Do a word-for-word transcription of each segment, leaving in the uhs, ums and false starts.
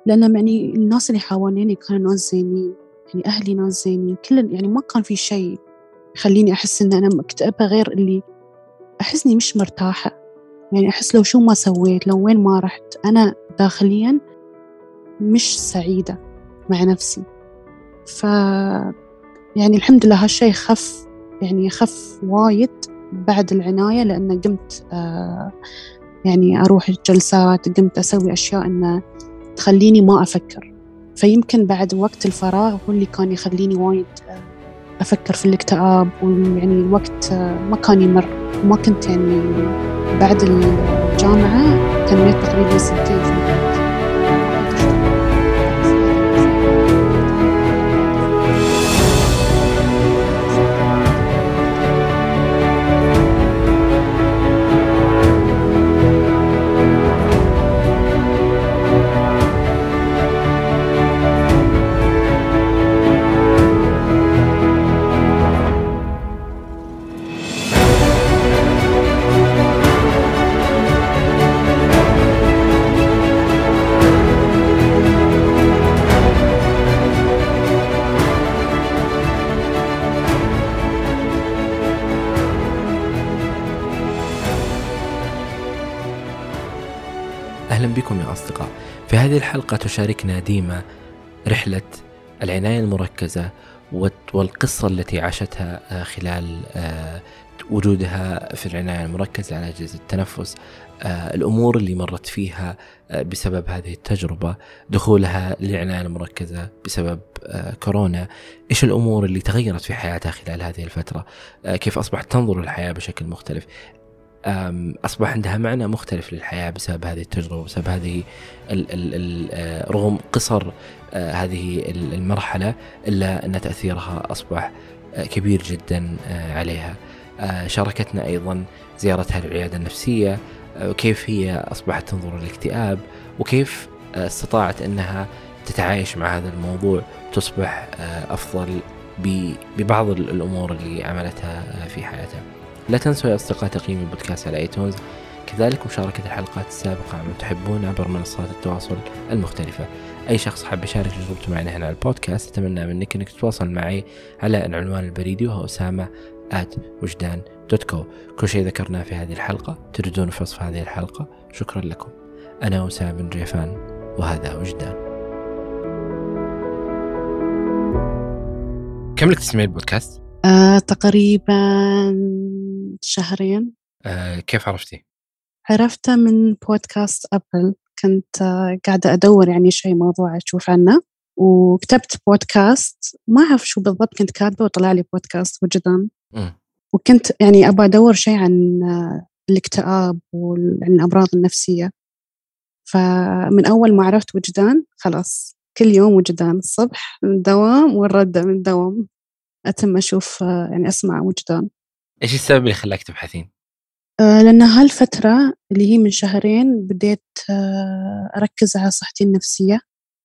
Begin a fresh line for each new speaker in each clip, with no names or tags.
لأن يعني الناس اللي حواليني كانوا ناس زينين، يعني أهلي ناس زينين، كل يعني ما كان في شيء يخليني أحس إن أنا مكتئبة غير اللي أحس إني مش مرتاحة. يعني أحس لو شو ما سويت، لو وين ما رحت، أنا داخليا مش سعيدة مع نفسي. ف يعني الحمد لله هالشيء خف، يعني خف وايد بعد العناية، لأن قمت آه يعني أروح الجلسات، قمت أسوي أشياء إن تخليني ما أفكر. فيمكن بعد وقت الفراغ هو اللي كان يخليني وايد أفكر في الاكتئاب، ويعني الوقت ما كان يمر. ما كنت يعني بعد الجامعة تميت تقريبا سنتين في البيت.
أهلا بكم يا أصدقاء. في هذه الحلقة تشاركنا ديما رحلة العناية المركزة والقصة التي عاشتها خلال وجودها في العناية المركزة على أجهزة التنفس، الأمور اللي مرت فيها بسبب هذه التجربة، دخولها للعناية المركزة بسبب كورونا، إيش الأمور اللي تغيرت في حياتها خلال هذه الفترة، كيف أصبحت تنظر للحياة بشكل مختلف، أصبح عندها معنى مختلف للحياة بسبب هذه التجربة، بسبب هذه ال ال ال رغم قصر هذه المرحلة إلا أن تأثيرها أصبح كبير جدا عليها. شاركتنا أيضا زيارتها للعيادة النفسية، وكيف هي أصبحت تنظر للاكتئاب، وكيف استطاعت أنها تتعايش مع هذا الموضوع، تصبح أفضل ببعض الأمور اللي عملتها في حياتها. لا تنسوا يا أصدقاء تقييم البودكاست على ايتونز، كذلك مشاركة الحلقات السابقة عن تحبون عبر منصات التواصل المختلفة. أي شخص حاب يشارك تجربته معنا هنا على البودكاست، أتمنى منك أنك تتواصل معي على العنوان البريدي وهو أسامة آت وجدان دوت كو. كل شيء ذكرناه في هذه الحلقة تجدونه في وصف هذه الحلقة. شكرا لكم. أنا أسامة بن جيفان وهذا وجدان. كم لك تسمعي البودكاست؟
آه، تقريبا شهرين.
آه، كيف عرفتي؟
عرفته من بودكاست أبل. كنت آه قاعدة أدور يعني شيء موضوع أشوف عنه، وكتبت بودكاست، ما أعرف شو بالضبط كنت كاتبه، وطلع لي بودكاست وجدان.
م.
وكنت يعني أبغى أدور شيء عن آه الاكتئاب وعن الأمراض النفسية. فمن أول ما عرفت وجدان خلاص كل يوم وجدان، الصبح من الدوام والردة من الدوام أتم أشوف آه يعني أسمع وجدان.
إيش السبب اللي خلاك تبحثين؟
أه لأن هالفترة اللي هي من شهرين بديت أه أركز على صحتي النفسية.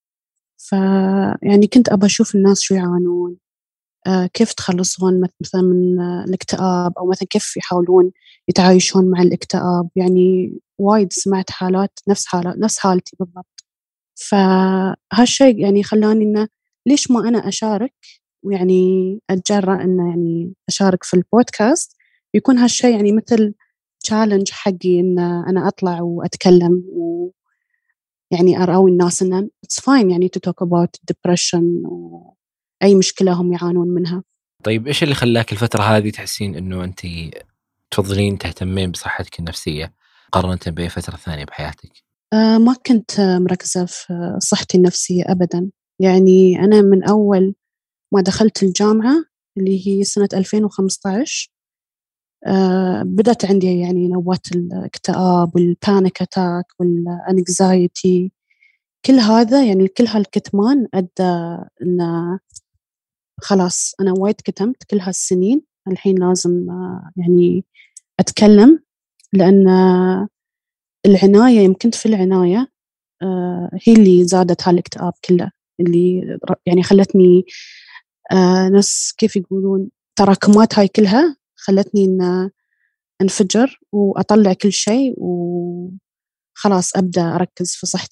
فيعني كنت أبى أشوف الناس شو يعانون، أه كيف تخلصون مثلا من أه الاكتئاب، أو مثلا كيف يحاولون يتعايشون مع الاكتئاب. يعني وايد سمعت حالات نفس حالة نفس حالتي بالضبط. فهالشيء يعني خلاني إنه ليش ما أنا أشارك، ويعني أتجرأ إنه يعني أشارك في البودكاست، يكون هالشيء يعني مثل تشالنج حقي إن أنا أطلع وأتكلم، ويعني أراوي الناس إن it's fine يعني to talk about depression وأي مشكلة هم يعانون منها.
طيب إيش اللي خلاك الفترة هذه تحسين إنه أنت تفضلين تهتمين بصحتك النفسية مقارنة بأي فترة ثانية بحياتك؟
أه ما كنت مركزة في صحتي النفسية أبدا. يعني أنا من أول ما دخلت الجامعة اللي هي سنة ألفين وخمسة عشر أه بدأت عندي يعني نوبات الاكتئاب والبانيك أتاك والأنكزايتي. كل هذا يعني كل هالكتمان أدى إن خلاص أنا وايد كتمت كل هالسنين، الحين لازم أه يعني أتكلم. لأن العناية يمكن في العناية أه هي اللي زادت هالاكتئاب كله، اللي يعني خلتني أه ناس كيف يقولون تراكمات هاي كلها خلتني إن انفجر وأطلع كل شيء، وخلاص أبدأ أركز في صحتي.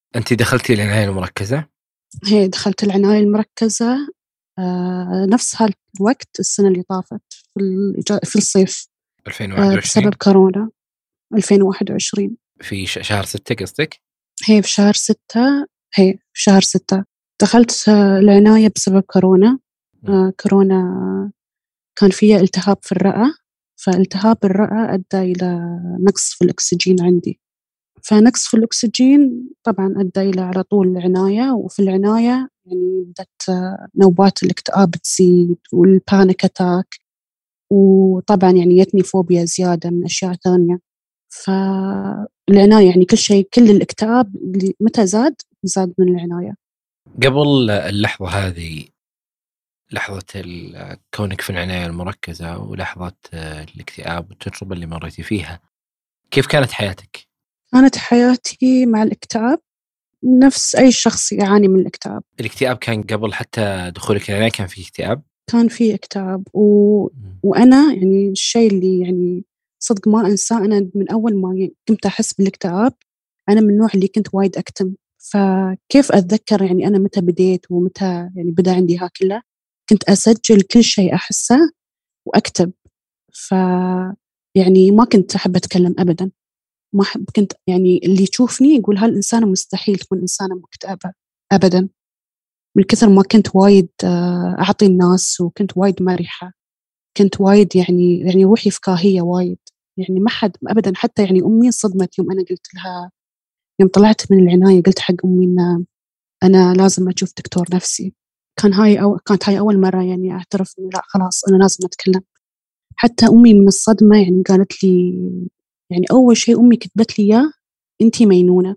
أنت دخلتي العناية المركزة؟
هي دخلت العناية المركزة آه نفس هالوقت السنة اللي طافت في, الإجا... في الصيف آه بسبب
ألفين وواحد وعشرين
كورونا. ألفين وواحد وعشرين
في ش- شهر ستة قصدك؟
هي في شهر ستة. هي في شهر ستة دخلت آه العناية بسبب كورونا.
مم.
آه كورونا كان فيها التهاب في الرئة، فالتهاب الرئة أدى إلى نقص في الأكسجين عندي، فنقص في الأكسجين طبعا أدى إلى على طول العناية. وفي العناية يعني بدأت آه، نوبات الاكتئاب تزيد والبانيك أتاك، وطبعا يعني يتني فوبيا زيادة من أشياء ثانية. فالعناية يعني كل شيء، كل الاكتئاب اللي متى زاد زاد من العناية.
قبل اللحظة هذه، لحظة ال- كونك في العناية المركزة ولحظة آه، الاكتئاب والتجربة اللي مريتي فيها، كيف كانت حياتك؟
كانت حياتي مع الاكتئاب نفس أي شخص يعاني من الاكتئاب.
الاكتئاب كان قبل حتى دخولك العناية كان في اكتئاب؟
كان في اكتئاب و...
مم.
وأنا يعني الشيء اللي يعني صدق ما أنساه، أنا من أول ما كنت أحس بالاكتئاب أنا من النوع اللي كنت وايد أكتم. فكيف أتذكر يعني أنا متى بديت ومتى يعني بدأ عندي ها كله، كنت أسجل كل شيء أحسه وأكتب. ف يعني ما كنت أحب أتكلم أبدا، ما أحب، كنت يعني اللي يشوفني يقول هالإنسانة مستحيل تكون إنسانة مكتئبة أبدا، من كثر ما كنت وايد آه، أعطي الناس، وكنت وايد مرحة، كنت وايد يعني يعني روحي فكاهية وايد. يعني ما حد أبدا، حتى يعني أمي صدمت يوم أنا قلت لها، يوم طلعت من العناية قلت حق أمي إن أنا لازم أشوف دكتور نفسي. كان هاي أو كانت هاي أول مرة يعني أعترف إنه لا خلاص أنا لازم أتكلم. حتى أمي من الصدمة يعني قالت لي، يعني أول شيء أمي كتبت لي إياه أنتي مينونة.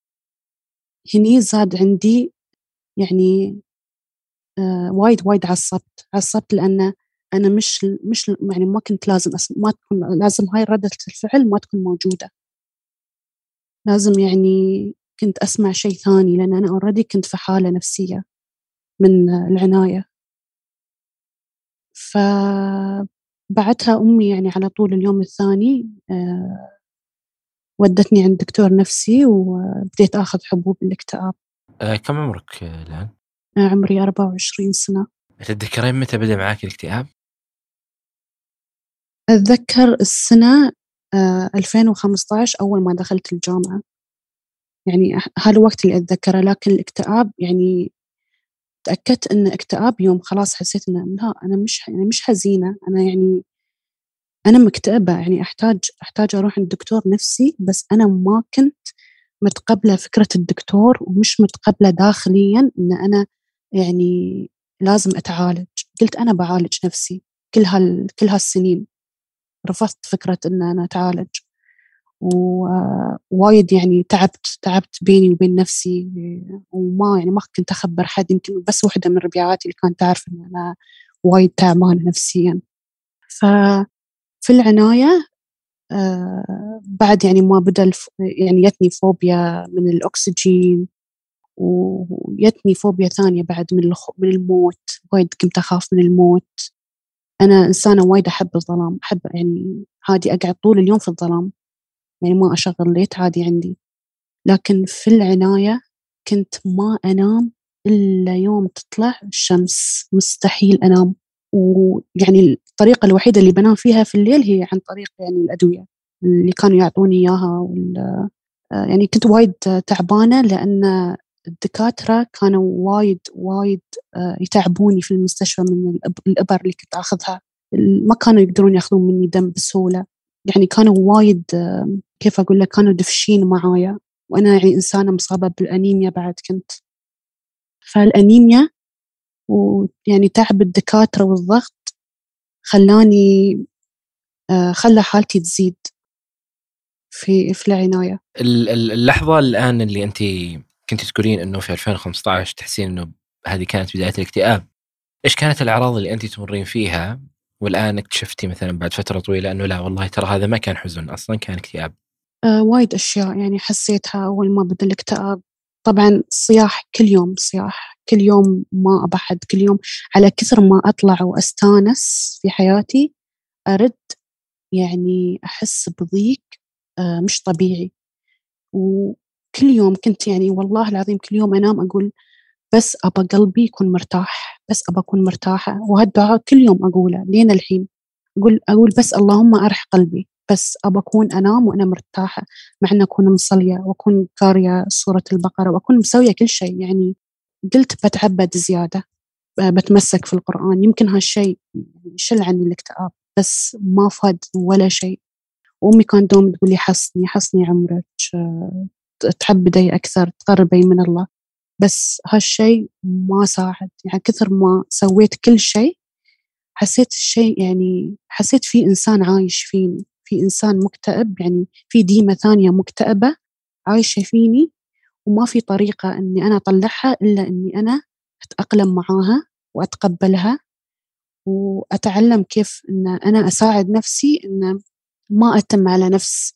هني زاد عندي يعني آه وايد وايد عصبت عصبت لأن أنا مش مش يعني ما كنت لازم أس... ما تكون لازم هاي ردة الفعل ما تكون موجودة. لازم يعني كنت أسمع شيء ثاني، لأن أنا أوريدي كنت في حالة نفسية من العناية. فبعدها أمي يعني على طول اليوم الثاني آه ودتني عند دكتور نفسي وبديت أخذ حبوب الاكتئاب.
آه، كم عمرك آه، الآن؟
آه عمري أربعة وعشرين سنة.
تتذكرين متى بدأ معاك الاكتئاب؟
أتذكر السنة آه ألفين وخمسة عشر أول ما دخلت الجامعة، يعني هالوقت اللي أتذكره. لكن الاكتئاب يعني تأكدت إن اكتئاب يوم خلاص حسيت إن لا أنا مش يعني مش حزينة، أنا يعني أنا مكتئبة، يعني أحتاج أحتاج أروح عند دكتور نفسي. بس أنا ما كنت متقبلة فكرة الدكتور، ومش متقبلة داخليا إن أنا يعني لازم أتعالج. قلت أنا بعالج نفسي. كل هال كل هالسنين رفضت فكرة إن أنا أتعالج، ووايد يعني تعبت تعبت بيني وبين نفسي. وما يعني ما كنت أخبر حد، يمكن بس واحدة من ربيعاتي اللي كانت تعرف إن أنا وايد تعبانة نفسيا. ففي العناية آه بعد يعني ما بدأ الف... يعني يتني فوبيا من الأكسجين، ويتني فوبيا ثانية بعد من الخ... من الموت. وايد كنت أخاف من الموت. أنا إنسانة وايد أحب الظلام، أحب يعني عادي أقعد طول اليوم في الظلام، يعني ما أشغل ليت عادي عندي. لكن في العناية كنت ما أنام إلا يوم تطلع الشمس، مستحيل أنام. ويعني الطريقة الوحيدة اللي بنام فيها في الليل هي عن طريق يعني الأدوية اللي كانوا يعطوني إياها. وال... يعني كنت وايد تعبانة لأن الدكاترة كانوا وايد وايد يتعبوني في المستشفى من الإبر اللي كنت أخذها. ما كانوا يقدرون يأخذون مني دم بسهولة، يعني كانوا وايد كيف أقول لك كانوا دفشين معايا. وأنا يعني إنسانة مصابة بالأنيميا بعد كنت. فالأنيميا ويعني تعب الدكاترة والضغط خلاني آه خلى حالتي تزيد في في العناية.
ال- ال- اللحظة الآن اللي أنت كنت تقولين إنه في ألفين وخمسة عشر تحسين إنه هذه كانت بداية الاكتئاب، إيش كانت الأعراض اللي أنت تمرين فيها والآن اكتشفتي مثلا بعد فترة طويلة إنه لا والله ترى هذا ما كان حزن أصلا كان اكتئاب؟
آه وايد أشياء يعني حسيتها أول ما بدأ الاكتئاب. طبعا صياح كل يوم، صياح كل يوم ما أبحد كل يوم. على كثر ما أطلع وأستانس في حياتي أرد يعني أحس بضيق آه مش طبيعي. و كل يوم كنت يعني والله العظيم كل يوم أنام أقول بس أبى قلبي يكون مرتاح، بس أبى أكون مرتاحة، وهالدعاء كل يوم أقوله لين الحين. أقول أقول بس اللهم أرح قلبي، بس أبى أكون أنام وأنا مرتاحة، مع أن أكون مصلية وأكون قارية سورة البقرة وأكون مسوية كل شيء. يعني قلت بتعبد زيادة، بتمسك في القرآن، يمكن هالشيء يشل عني الاكتئاب، بس ما فاد ولا شيء. وأمي كان دوم تقول لي حصني حصني عمرك، تعبدي أكثر، تقربي من الله، بس هالشيء ما ساعد. يعني كثر ما سويت كل شيء حسيت الشيء، يعني حسيت في إنسان عايش فيني، في إنسان مكتئب، يعني في ديمة ثانية مكتئبة عايشة فيني، وما في طريقة أني أنا أطلعها إلا أني أنا أتأقلم معاها وأتقبلها، وأتعلم كيف أن أنا أساعد نفسي، أن ما أتم على نفس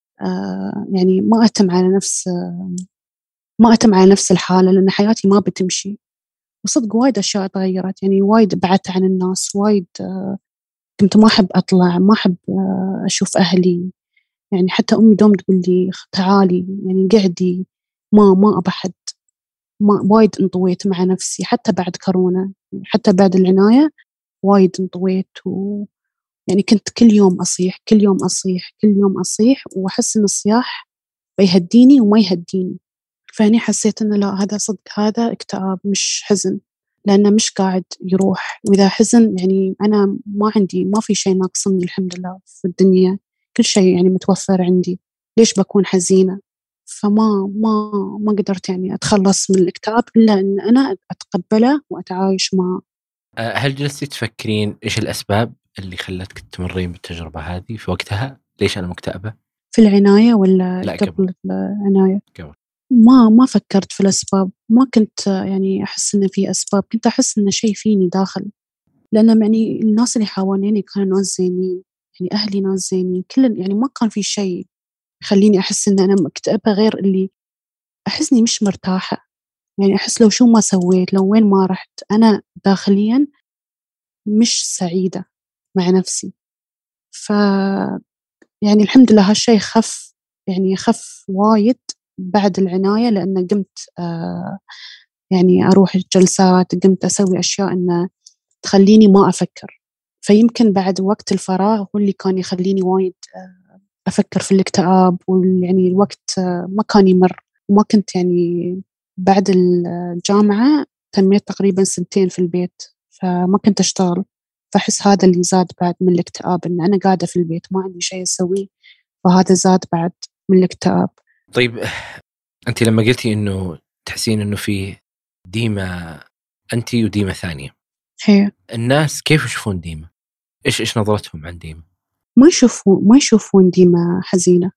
آه يعني ما أتم على نفس آه ما أتم على نفس الحالة، لأن حياتي ما بتمشي. وصدق وايد أشياء تغيرت، يعني وايد بعدت عن الناس، وايد آه كنت ما أحب أطلع، ما أحب آه أشوف أهلي. يعني حتى أمي دوم تقول لي تعالي، يعني قعدي، ما ما أبى حد، ما وايد انطويت مع نفسي حتى بعد كورونا، حتى بعد العناية وايد انطويت. و يعني كنت كل يوم أصيح، كل يوم أصيح، كل يوم أصيح، وأحس إن الصياح بيهديني وما يهديني. فهني حسيت إنه لا، هذا صدق، هذا اكتئاب مش حزن، لأنه مش قاعد يروح. وإذا حزن يعني أنا ما عندي، ما في شيء ناقصني الحمد لله في الدنيا، كل شيء يعني متوفر عندي، ليش بكون حزينة؟ فما ما ما قدرت يعني أتخلص من الاكتئاب إلا أن أنا أتقبله وأتعايش معه.
هل جلستي تفكرين إيش الأسباب اللي خلتك تمرين بالتجربة هذه في وقتها؟ ليش أنا مكتئبة؟
في العناية ولا
لا،
قبل
قبل.
العناية؟
قبل.
ما ما فكرت في الأسباب، ما كنت يعني أحس إن في أسباب، كنت أحس إن شيء فيني داخل، لأن يعني الناس اللي حواليني كانوا ناس زينين، يعني أهلي ناس زينين، كل يعني ما كان في شيء يخليني أحس إن أنا مكتئبة غير اللي أحس إني مش مرتاحة. يعني أحس لو شو ما سويت، لو وين ما رحت، أنا داخليا مش سعيدة مع نفسي. ف يعني الحمد لله هالشيء خف، يعني خف وايد بعد العناية، لأن قمت آه يعني أروح الجلسات، قمت أسوي أشياء إن تخليني ما أفكر. فيمكن بعد وقت الفراغ هو اللي كان يخليني وايد أفكر في الاكتئاب، ويعني الوقت ما كان يمر. وما كنت يعني بعد الجامعة تميت تقريبا سنتين في البيت، فما كنت أشتغل، فأحس هذا اللي زاد بعد من الاكتئاب، إن أنا قاعدة في البيت ما عندي شيء أسويه، فهذا زاد بعد من الاكتئاب.
طيب أنت لما قلتي إنه تحسين إنه في ديمة أنت وديمة ثانية،
هي
الناس كيف يشوفون ديمة؟ إيش إيش نظرتهم عن ديمة؟
ما يشوفون ما يشوفون ديمة حزينة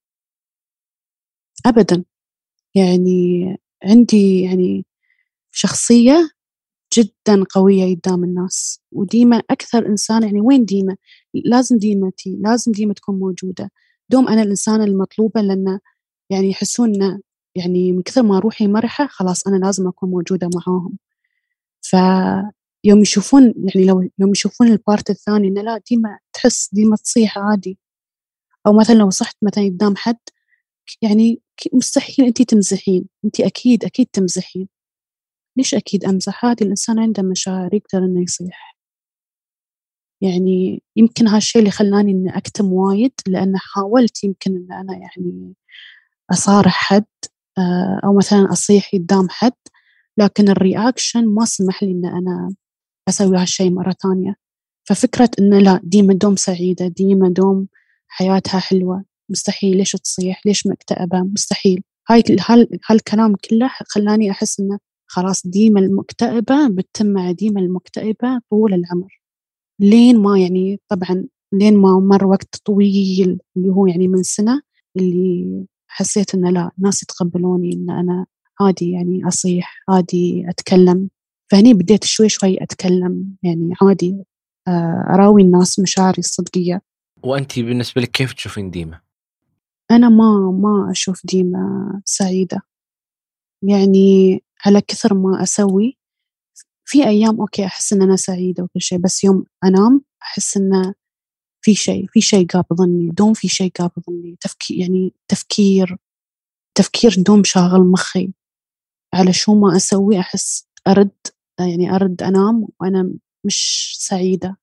أبدا. يعني عندي يعني شخصية جدا قوية قدام الناس، وديمة أكثر إنسان، يعني وين ديمة؟ لازم ديمتي، لازم ديمة تكون موجودة، دوم أنا الإنسانة المطلوبة، لأن يعني يحسون يعني من كثر ما روحي مرحة خلاص أنا لازم أكون موجودة معاهم. فيوم يشوفون، يعني لو يوم يشوفون البارت الثاني إنه لا، ديمة تحس، ديمة تصيح عادي، أو مثلا لو صحت مثلا قدام حد، يعني مستحيل أنتي تمزحين، أنتي أكيد أكيد تمزحين، ليش أكيد أمزح؟ هذه الإنسان عنده مشاعر، يقدر إنه يصيح. يعني يمكن هالشيء اللي خلاني إني أكتم وايد، لأن حاولت يمكن إن أنا يعني أصارح حد أو مثلا أصيح قدام حد، لكن الرياكشن ما سمح لي إن أنا أسوي هالشيء مرة ثانية. ففكرة إنه لا، ديما دوم سعيدة، ديما دوم حياتها حلوة، مستحيل، ليش تصيح، ليش مكتئبة، مستحيل. هاي هال هالكلام كله خلاني أحس إنه خلاص ديما المكتئبة بتتم مع ديما المكتئبة طول العمر، لين ما يعني طبعا لين ما مر وقت طويل اللي هو يعني من سنة، اللي حسيت إنه لا، الناس يتقبلوني إن أنا عادي يعني أصيح، عادي أتكلم. فهني بديت شوي شوي أتكلم، يعني عادي أراوي الناس مشاعري الصدقية.
وأنت بالنسبة لك كيف تشوفين ديمة؟
أنا ما ما أشوف ديما سعيدة، يعني على كثر ما أسوي في أيام أوكي أحس إن أنا سعيدة وكل شيء، بس يوم أنام أحس إن في شيء في شيء قابضني، دوم في شيء قابضني، تفكير يعني تفكير تفكير دوم شاغل مخي على شو ما أسوي، أحس أرد يعني أرد أنام وأنا مش سعيدة.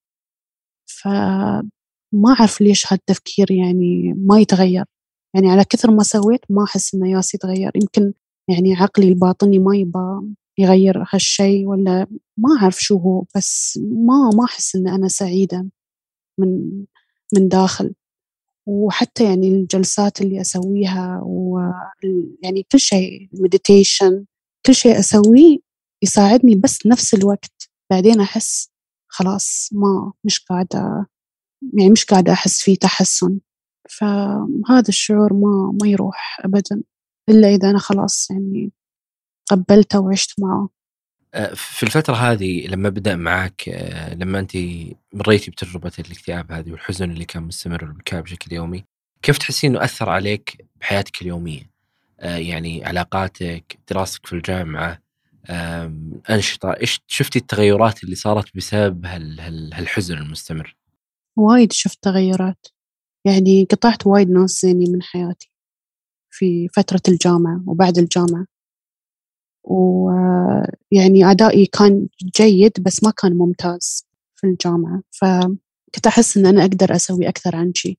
فما أعرف ليش هالتفكير يعني ما يتغير، يعني على كثر ما سويت ما أحس إنه ياس يتغير. يمكن يعني عقلي الباطني ما يبغى يغير هالشي، ولا ما أعرف شو هو، بس ما ما أحس إن أنا سعيدة من من داخل. وحتى يعني الجلسات اللي أسويها ويعني كل شيء meditation كل شيء أسويه يساعدني، بس نفس الوقت بعدين أحس خلاص ما مش قاعدة يعني مش قاعدة أحس فيه تحسن. فهذا الشعور ما ما يروح أبدا إلا إذا أنا خلاص يعني قبلته وعشت معه.
آه، في الفترة هذه لما بدأ معك، آه، لما أنت مريتي بتجربة الاكتئاب هذه والحزن اللي كان مستمر والبكاء بشكل يومي، كيف تحسين إنه أثر عليك بحياتك اليومية؟ آه، يعني علاقاتك، دراستك في الجامعة، آم، أنشطة، إيش شفتي التغيرات اللي صارت بسبب هال هال هالحزن المستمر؟
وايد شفت تغيرات، يعني قطعت وايد ناس زيني من حياتي في فترة الجامعة وبعد الجامعة. ويعني أدائي كان جيد بس ما كان ممتاز في الجامعة، فكنت أحس إن أنا أقدر أسوي أكثر عن شيء.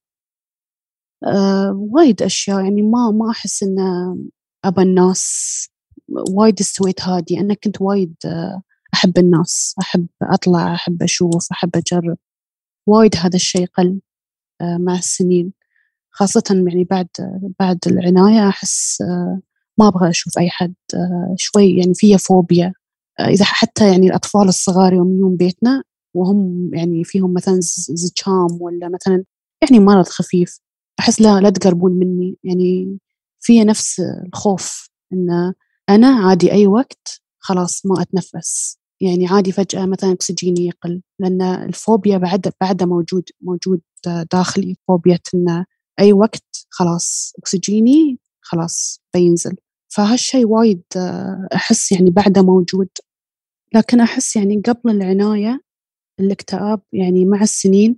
أه وايد أشياء يعني ما ما أحس إن أبى الناس. وايد استويت هادي، أنا كنت وايد آه، أحب الناس، أحب أطلع، أحب أشوف، أحب أجرب. وايد هذا الشيء قل آه، مع السنين، خاصة يعني بعد بعد العناية. أحس آه، ما أبغى أشوف أي حد، آه، شوي يعني فيها فوبيا. آه، إذا حتى يعني الأطفال الصغار يوم يوم بيتنا وهم يعني فيهم مثلا ز- زكام ولا مثلا يعني مرض خفيف، أحس لا لا تقربون مني. يعني فيها نفس الخوف إن أنا عادي أي وقت خلاص ما أتنفس، يعني عادي فجأة مثلا أكسجيني يقل، لأن الفوبيا بعد بعد موجود موجود داخلي، فوبيا إن أي وقت خلاص أكسجيني خلاص بينزل. فهالشي وايد آه، أحس يعني بعده موجود. لكن أحس يعني قبل العناية الاكتئاب يعني مع السنين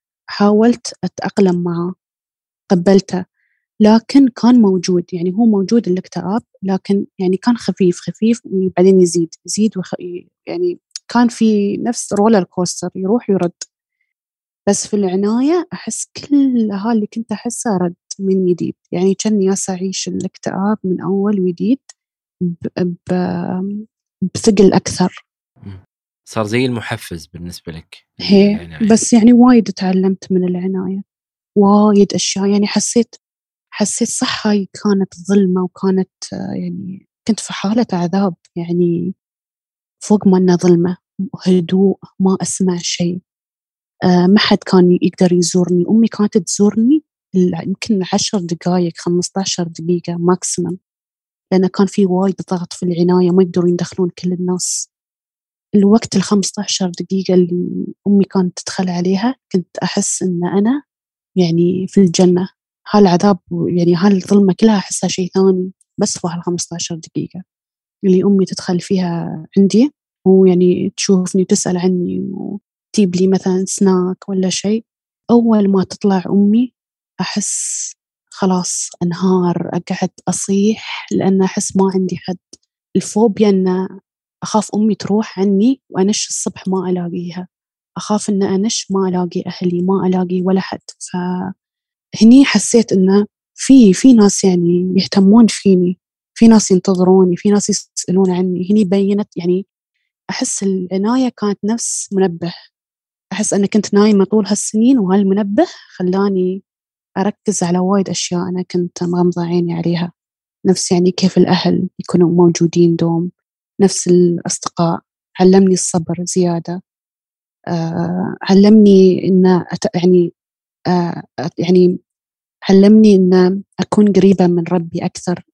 حاولت أتأقلم معه، قبلته، لكن كان موجود. يعني هو موجود الاكتئاب، لكن يعني كان خفيف خفيف وبعدين يزيد يزيد وخ... يعني كان في نفس رولر كوستر، يروح يرد. بس في العناية أحس كل هاللي كنت أحسه رد من جديد، يعني كأني جالسة أعيش الاكتئاب من أول وجديد ب... ب... بثقل أكثر.
مم. صار زي المحفز بالنسبة لك
هي
العناية.
بس يعني وايد تعلمت من العناية، وايد أشياء. يعني حسيت حسيت صح هاي كانت ظلمة وكانت آه، يعني كنت في حالة عذاب، يعني فوق ما إنها ظلمة، هدوء، ما أسمع شيء. آه ما حد كان يقدر يزورني. أمي كانت تزورني ال- يمكن عشر دقايق خمسة عشر دقيقة ماكسيمم، لأن كان في وايد ضغط في العناية، ما يقدرون يدخلون كل الناس. الوقت الخمسة عشر دقيقة اللي أمي كانت تدخل عليها كنت أحس إن أنا يعني في الجنة. هالعذاب يعني هالظلمة كلها أحسها شيء ثاني، بس في هالخمسة عشر دقيقة اللي أمي تدخل فيها عندي ويعني تشوفني وتسأل عني وتجيب لي مثلا سناك ولا شيء. أول ما تطلع أمي أحس خلاص أنهار، أقعد أصيح لأن أحس ما عندي حد. الفوبيا أن أخاف أمي تروح عني وأنش الصبح ما ألاقيها، أخاف أن أنش ما ألاقي أهلي، ما ألاقي ولا حد. فهني حسيت أن في في ناس يعني يهتمون فيني، في ناس ينتظروني، في ناس يسألون عني. هني بينت يعني أحس العناية كانت نفس منبه. أحس أنا كنت نايمة طول هالسنين وهالمنبه خلاني أركز على وايد أشياء أنا كنت مغمضة عيني عليها. نفس يعني كيف الأهل يكونوا موجودين دوم، نفس الأصدقاء. علمني الصبر زيادة، آه علمني إن أت يعني آه يعني علمني إن أكون قريبة من ربي أكثر.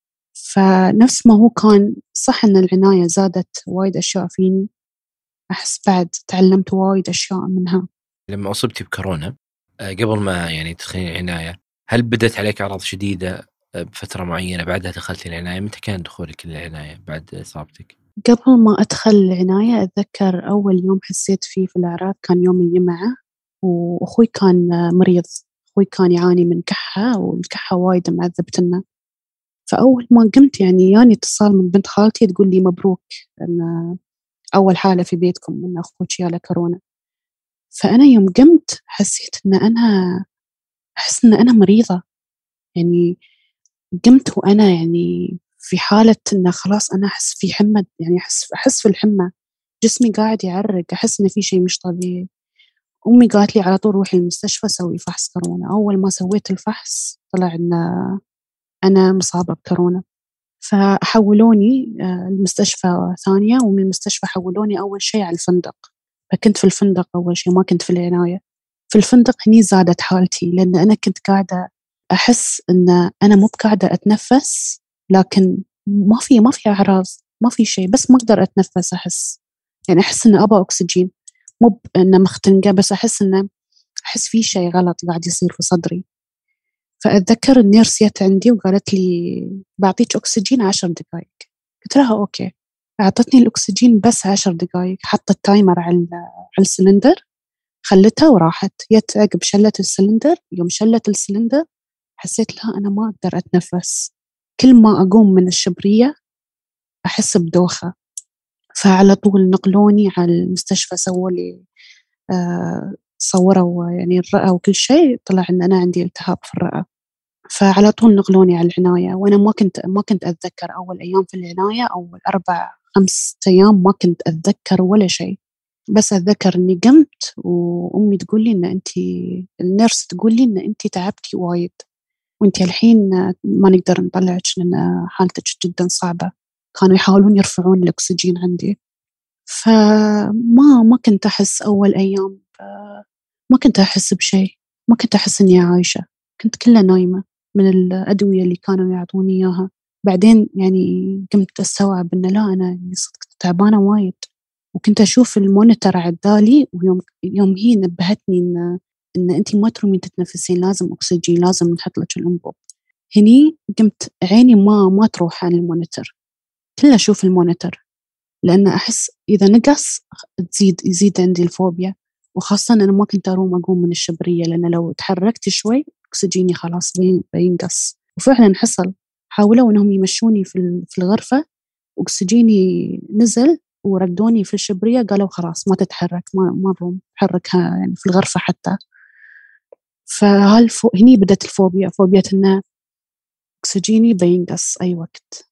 فنفس ما هو كان صح إن العناية زادت وايد أشياء فيني، أحس بعد تعلمت وايد أشياء منها.
لما أصبتي بكورونا، آه، قبل ما يعني تدخلين العناية، هل بدت عليك أعراض شديدة آه، بفترة معينة بعدها دخلتي العناية؟ متى كان دخولك للعناية بعد إصابتك؟
قبل ما أدخل العناية أتذكر أول يوم حسيت فيه في الأعراض كان يوم الجمعة، وأخوي كان مريض. أخوي كان يعاني من كحة، والكحة وايد معذبتنا. فأول ما قمت يعني ياني اتصال من بنت خالتي تقول لي مبروك أن أول حالة في بيتكم أن أخوك ياله كورونا. فأنا يوم قمت حسيت أن أنا أحس أن أنا مريضة، يعني قمت وأنا يعني في حالة أن خلاص أنا أحس في حمى، يعني أحس أحس في الحمى، جسمي قاعد يعرق، أحس إن في شيء مش طبيعي. أمي قالت لي على طول روحي المستشفى سوي فحص كورونا. أول ما سويت الفحص طلع إن أنا مصابة بكورونا، فحولوني المستشفى ثانية، ومن المستشفى حولوني أول شيء على الفندق. فكنت في الفندق أول شيء، ما كنت في العناية. في الفندق هني زادت حالتي، لأن أنا كنت قاعدة أحس إن أنا مو قاعدة أتنفس، لكن ما في ما في أعراض، ما في شيء، بس ما أقدر أتنفس. أحس يعني أحس إن أبغى أكسجين، مو إن مختنقة، بس أحس إن أحس في شيء غلط قاعد يصير في صدري. فأتذكر النيرس جت عندي وقالت لي بعطيك أكسجين عشر دقائق. قلت لها أوكي. أعطتني الأكسجين بس عشر دقائق، حطت تايمر على على السلندر، خلتها وراحت. جت عقب شلت السلندر، يوم شلت السلندر حسيت لها أنا ما أقدر أتنفس، كل ما أقوم من الشبرية أحس بدوخة. فعلى طول نقلوني على المستشفى، سووا لي آه صوروا يعني الرئة وكل شيء، طلع إن أنا عندي التهاب في الرئة. فعلى طول نقلوني على العناية، وأنا ما كنت ما كنت أتذكر أول أيام في العناية، أول أربع خمس أيام ما كنت أتذكر ولا شيء، بس أتذكر إني قمت وأمي تقول لي إن أنتي، النيرس تقول لي إن أنتي تعبتي وايد، وأنتي الحين ما نقدر نطلعك لأن حالتك جدا صعبة. كانوا يحاولون يرفعون الأكسجين عندي. فما ما كنت أحس أول أيام، ما كنت أحس بشيء، ما كنت أحس إني عايشة، كنت كلها نايمة من الأدوية اللي كانوا يعطوني إياها. بعدين يعني قمت أستوعب إن لا، أنا صدق تعبانة وايد. وكنت أشوف المونيتر عدالي، ويوم يوم هي نبهتني إن إن أنتي ما ترومين تتنفسين، لازم أكسجين، لازم نحط لك الأنبوب. هني قمت عيني ما ما تروح عن المونيتر، كله أشوف المونيتر، لأن أحس إذا نقص تزيد يزيد عندي الفوبيا. وخاصة أنا ما كنت أروم أقوم من الشبرية، لأن لو تحركت شوي أكسجيني خلاص بينقص. وفعلا حصل، حاولوا أنهم يمشوني في في الغرفة، أكسجيني نزل وردوني في الشبرية، قالوا خلاص ما تتحرك، ما ما نروم حركها يعني في الغرفة حتى. فهالفو هني بدت الفوبيا، فوبيا إن أكسجيني بينقص أي وقت.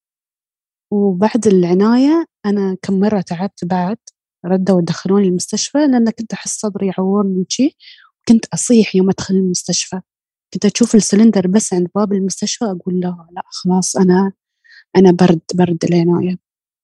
وبعد العناية أنا كم مرة تعبت بعد، ردوا ودخلوني المستشفى، لأن كنت أحس صدري يعورني وشي، كنت أصيح يوم أدخل المستشفى. كنت أشوف السلندر بس عند باب المستشفى أقول لا لا خلاص أنا أنا برد برد العناية.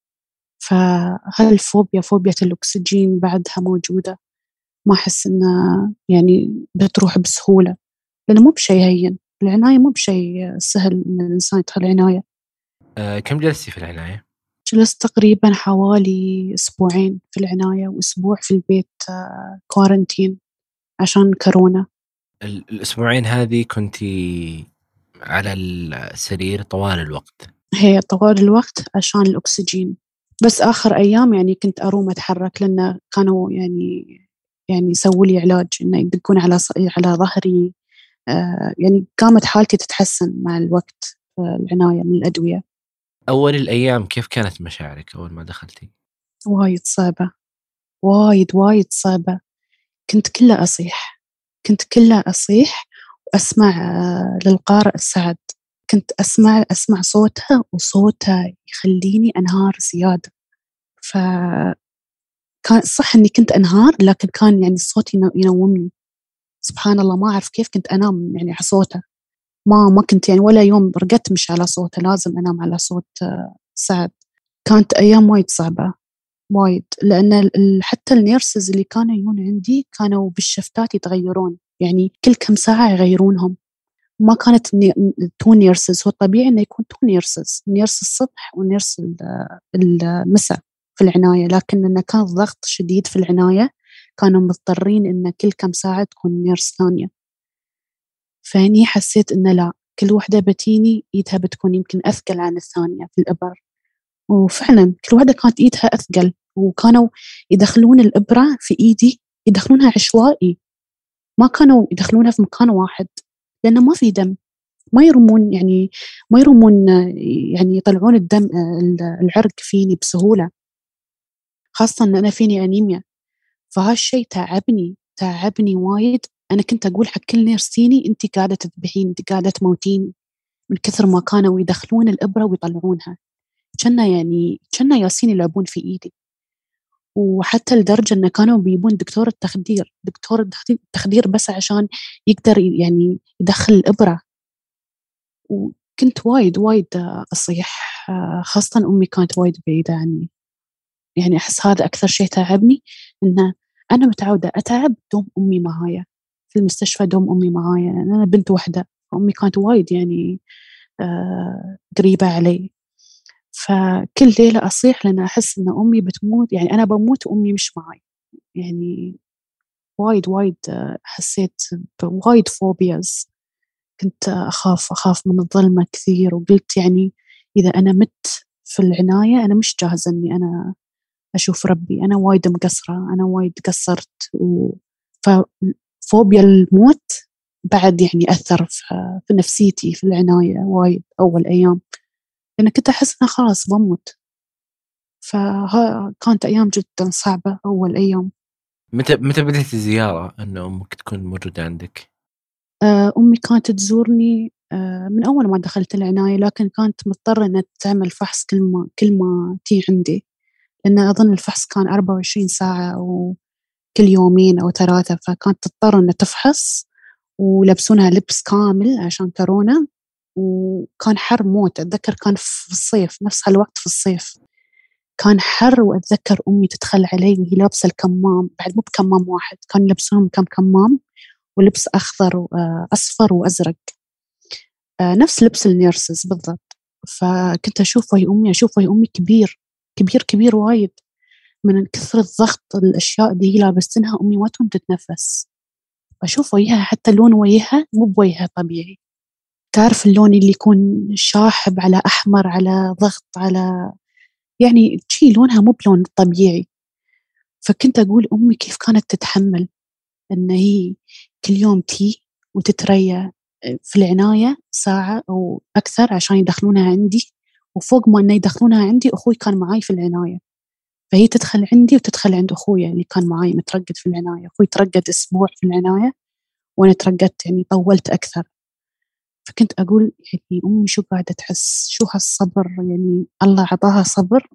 فهالفوبيا فوبيا الأكسجين بعدها موجودة، ما أحس إنها يعني بتروح بسهولة، لأنه مو بشيء هين، العناية مو بشيء سهل إن الإنسان يدخل عناية.
أه كم جلستي في العناية؟
جلست تقريبا حوالي أسبوعين في العناية، وأسبوع في البيت كوارنتين عشان كورونا.
الأسبوعين هذه كنتي على السرير طوال الوقت؟
هي طوال الوقت عشان الأكسجين، بس آخر أيام يعني كنت أروم أتحرك، لأن كانوا يعني يعني يسووا لي علاج إنه يدقون على على ظهري. آه يعني قامت حالتي تتحسن مع الوقت في العناية من الأدوية.
أول الأيام كيف كانت مشاعرك أول ما دخلتي؟
وايد صعبة، وايد وايد صعبة. كنت كلها أصيح، كنت كلها أصيح وأسمع آه للقارئ سعد، كنت أسمع أسمع صوتها، وصوتها يخليني أنهار زيادة. فكان صح إني كنت أنهار، لكن كان يعني الصوت ينومني. سبحان الله، ما أعرف كيف كنت أنام يعني على صوته. ما ما كنت يعني ولا يوم رقدت مش على صوته، لازم أنام على صوت آه سعد. كانت أيام وايد صعبة وايد، لأن حتى النيرسز اللي كانوا يجون عندي كانوا بالشفتات يتغيرون، يعني كل كم ساعة يغيرونهم. ما كانت تو نيرسز، هو الطبيعي إنه يكون تو نيرسز، نيرس الصبح ونيرس المساء في العناية، لكن إنه كان ضغط شديد في العناية، كانوا مضطرين إنه كل كم ساعة تكون نيرس ثانية. فهني حسيت إنه لا، كل وحدة بتيني إيدها بتكون يمكن أثقل عن الثانية في الإبر. وفعلا كل واحدة كانت إيدها أثقل، وكانوا يدخلون الإبرة في إيدي، يدخلونها عشوائي، ما كانوا يدخلونها في مكان واحد، لأنه ما في دم، ما يرمون يعني ما يرمون يعني يطلعون الدم العرق فيني بسهولة، خاصة أن أنا فيني أنيميا. فهالشيء تعبني تعبني وايد. أنا كنت أقول حق كل نيرسيني أنت قاعدة تذبحين، أنت قاعدة تموتين، من كثر ما كانوا يدخلون الإبرة ويطلعونها كنا يعني كنا ياسين يلعبون في إيدي. وحتى لدرجة أنه كانوا بيبون دكتور التخدير دكتور التخدير بس عشان يقدر يعني يدخل الإبرة. وكنت وايد وايد أصيح، خاصة أمي كانت وايد بعيدة عني. يعني أحس هذا أكثر شيء تعبني، إنه أنا متعودة أتعب دوم أمي معايا في المستشفى، دوم أمي معايا. أنا بنت واحدة، أمي كانت وايد يعني آه قريبة علي. فكل ليلة أصيح لأن أحس إن أمي بتموت، يعني أنا بموت وأمي مش معي. يعني وايد وايد حسيت بوايد فوبياز. كنت أخاف أخاف من الظلمة كثير، وقلت يعني إذا أنا مت في العناية أنا مش جاهزة إني أنا أشوف ربي. أنا وايد مقصرة، أنا وايد قصرت. و... ففوبيا الموت بعد يعني أثر في نفسيتي في العناية وايد أول أيام، لأن كنت أحس أنه خلاص بموت. فكانت أيام جدا صعبة أول أيام.
متى متى بدأت الزيارة أن أمك تكون موجودة عندك؟
أمي كانت تزورني من أول ما دخلت العناية، لكن كانت مضطرة أنها تعمل فحص كل ما كل ما تي عندي، لأن أظن الفحص كان أربعة وعشرين ساعة أو كل يومين أو ثلاثة، فكانت تضطر أنها تفحص. ولبسونها لبس كامل عشان كورونا، وكان حر موت. أتذكر كان في الصيف، نفس هالوقت في الصيف كان حر. وأتذكر أمي تدخل علي وهي لابسة الكمام، بعد مو بكمام واحد، كانوا يلبسونهم كم كمام ولبس أخضر وأصفر وأزرق، نفس لبس النيرسز بالضبط. فكنت أشوف وهي أمي أشوف وهي أمي كبير كبير كبير وايد، من كثر الضغط الأشياء اللي هي لابستنها أمي ما تقوم تتنفس. أشوف وجهها حتى لون وجهها مو بوجهها طبيعي، تعرف اللون اللي يكون شاحب على أحمر على ضغط على يعني شي، لونها مو بلون طبيعي. فكنت أقول أمي كيف كانت تتحمل أن هي كل يوم تي وتتريا في العناية ساعة أو أكثر عشان يدخلونها عندي، وفوق ما أنه يدخلونها عندي أخوي كان معاي في العناية، فهي تدخل عندي وتدخل عند أخويا اللي كان معاي مترقد في العناية. أخوي ترقد أسبوع في العناية وأنا ترقدت يعني طولت أكثر. فكنت أقول يعني أمي شو قاعدة تحس، شو هالصبر، يعني الله عطاها صبر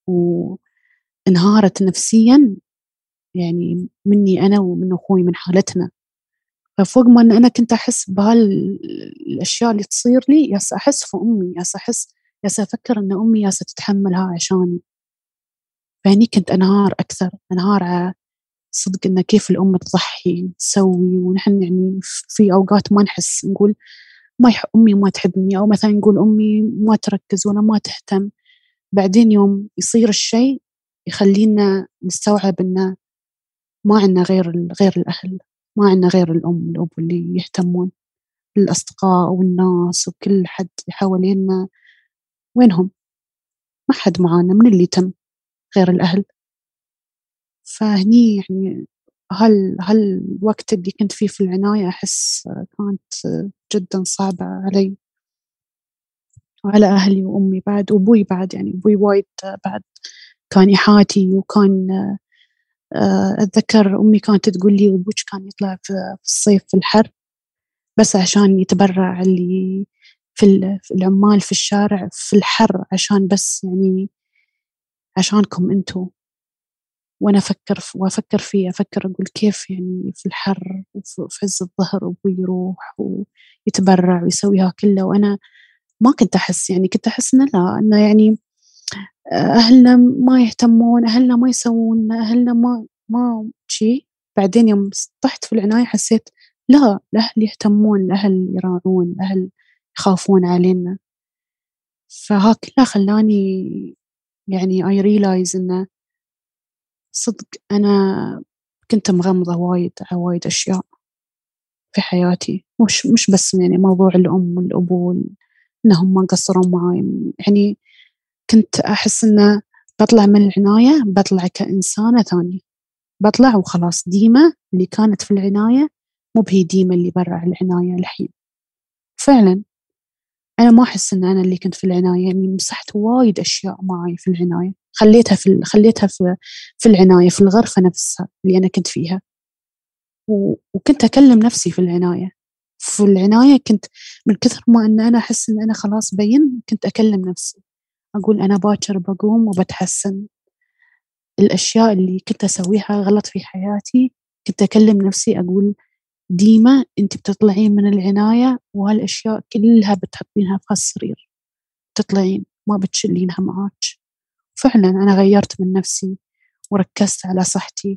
وانهارت نفسيا يعني مني أنا ومن أخوي من حالتنا. ففوق ما أن أنا كنت أحس بهالأشياء اللي تصير لي، ياس أحس في أمي، ياس أحس ياس أفكر أن أمي ياس تتحملها عشاني. فهني كنت أنهار أكثر، أنهار على صدق إن كيف الأم تضحي تسوي، ونحن يعني في أوقات ما نحس، نقول ما يح أمي ما تحبني، أو مثلا نقول أمي ما تركز ولا ما تهتم. بعدين يوم يصير الشيء يخلينا نستوعب إنه ما عنا غير غير الأهل، ما عنا غير الأم والأب اللي يهتمون، الأصدقاء والناس وكل حد حوالينا وينهم؟ ما حد معانا من اللي تم غير الأهل. فهني يعني هل هالوقت اللي كنت فيه في العناية أحس كانت جدا صعبة علي وعلى أهلي وأمي بعد وأبوي بعد. يعني أبوي وايد بعد كان يحاتي، وكان أتذكر أمي كانت تقول لي أبوك كان يطلع في الصيف في الحر بس عشان يتبرع اللي في العمال في الشارع في الحر، عشان بس يعني عشانكم أنتوا. وأنا أفكر وأفكر فيه أفكر أقول كيف يعني في الحر وفي عز الظهر أبوي يروح ويتبرع ويسويها كله، وأنا ما كنت أحس، يعني كنت أحس إنه لا، إنه يعني أهلنا ما يهتمون، أهلنا ما يسوون، أهلنا ما ما شيء. بعدين يوم طحت في العناية حسيت لا، الأهل يهتمون، الأهل يراعون، الأهل يخافون علينا. فها كلها خلاني يعني I realize إنه صدق أنا كنت مغمضة وايد على وايد أشياء في حياتي، مش مش بس يعني موضوع الأم والأبو إنهم ما قصروا معي. يعني كنت أحس إنه بطلع من العناية بطلع كإنسانة ثانية، بطلع وخلاص. ديمة اللي كانت في العناية مو بهي ديمة اللي برا العناية الحين. فعلا أنا ما أحس إن أنا اللي كنت في العناية، يعني مسحت وايد أشياء معي في العناية، خليتها في ال... خليتها في في العناية في الغرفة نفسها اللي أنا كنت فيها، و... وكنت أكلم نفسي في العناية. في العناية كنت من كثر ما إن أنا أحس إن أنا خلاص بين، كنت أكلم نفسي أقول أنا باكر بقوم وبتحسن. الأشياء اللي كنت أسويها غلط في حياتي كنت أكلم نفسي أقول ديما أنت بتطلعين من العناية وهالأشياء كلها بتحطينها في هالسرير، تطلعين ما بتشلينها معاك. فعلا أنا غيرت من نفسي وركزت على صحتي،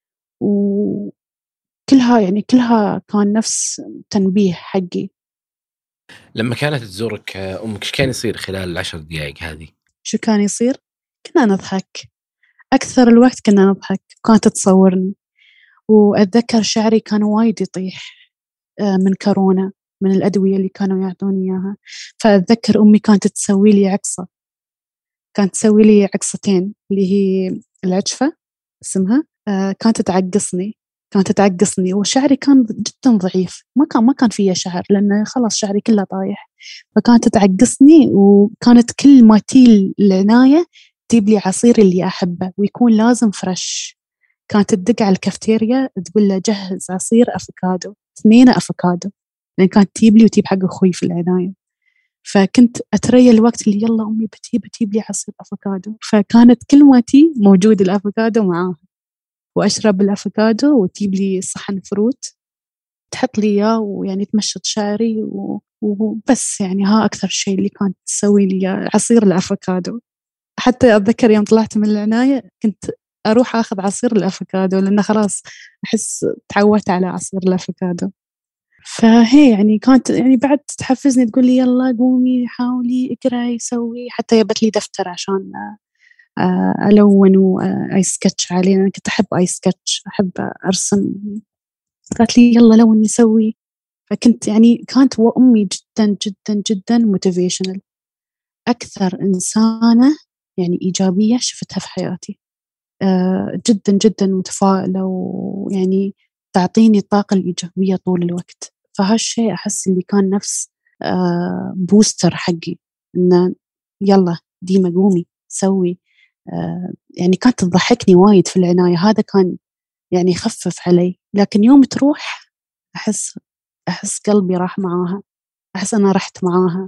وكلها يعني كلها كان نفس تنبيه حقي.
لما كانت تزورك أمك إيش كان يصير خلال العشر دقائق هذه؟
شو كان يصير؟ كنا نضحك أكثر الوقت، كنا نضحك، كانت تصورني. وأتذكر شعري كان وايد يطيح من كورونا، من الأدوية اللي كانوا يعطوني إياها. فأتذكر أمي كانت تسوي لي عقصة، كانت تسوي لي عقصتين اللي هي العجفة اسمها، آه كانت تعقصني كانت تعقصني وشعري كان جدا ضعيف، ما كان ما كان فيه شعر لأنه خلاص شعري كله طايح. فكانت تعقصني، وكانت كل ما تيل العناية تجيب لي عصير اللي أحبه ويكون لازم فريش. كانت تدق على الكافتيريا تقول له جهز عصير أفوكادو، اثنين أفوكادو، لأن كانت تجيب لي وتجيب حق أخوي في العناية. فكنت أتريا الوقت اللي يلا أمي بتجيب بتجيب لي عصير أفوكادو، فكانت كل ما تي موجود الأفوكادو معاه، وأشرب الأفوكادو وتجيب لي صحن فروت تحط لي إياه ويعني تمشط شعري و... وبس. يعني ها أكثر شيء اللي كانت تسوي لي عصير الأفوكادو. حتى أتذكر يوم طلعت من العناية كنت أروح أخذ عصير الأفوكادو لأنه خلاص أحس تعودت على عصير الأفوكادو. فهي يعني كانت يعني بعد تحفزني تقول لي يلا قومي حاولي اقرأي سوي، حتى جابت لي دفتر عشان ألون وآي سكتش عليه، أنا كنت أحب آي سكتش، أحب أرسم. قالت لي يلا لوني سوي. فكنت يعني كانت وأمي جدا جدا جدا موتيفيشنال، أكثر إنسانة يعني إيجابية شفتها في حياتي. أه جدا جدا متفائلة، ويعني تعطيني الطاقة الإيجابية طول الوقت. فهالشيء أحس اللي كان نفس أه بوستر حقي، إنه يلا ديما قومي سوي. أه يعني كانت تضحكني وايد في العناية، هذا كان يعني يخفف علي. لكن يوم تروح أحس أحس قلبي راح معاها، أحس أنا رحت معاها.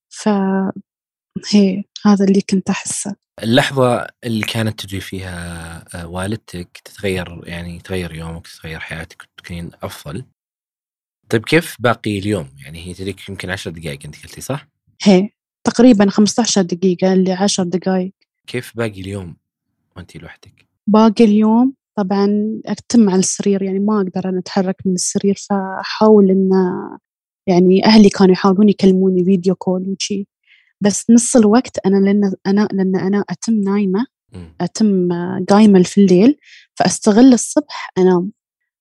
فهي هذا اللي كنت أحسه.
اللحظة اللي كانت تجي فيها والدتك تتغير، يعني تغير يومك، تتغير حياتك وتكون أفضل. طيب كيف باقي اليوم؟ يعني هي تجيك يمكن عشر دقائق أنت قلتي صح؟
هي تقريبا خمسة عشر دقيقة لعشر دقائق.
كيف باقي اليوم وأنتي لوحدك؟
باقي اليوم طبعا أتم على السرير، يعني ما أقدر أنا أتحرك من السرير، فأحاول إن يعني أهلي كانوا يحاولون يكلموني فيديو كول وشي، بس نص الوقت أنا لأن أنا لأن أنا أتم نايمة، أتم قايمة في الليل، فأستغل الصبح أنام.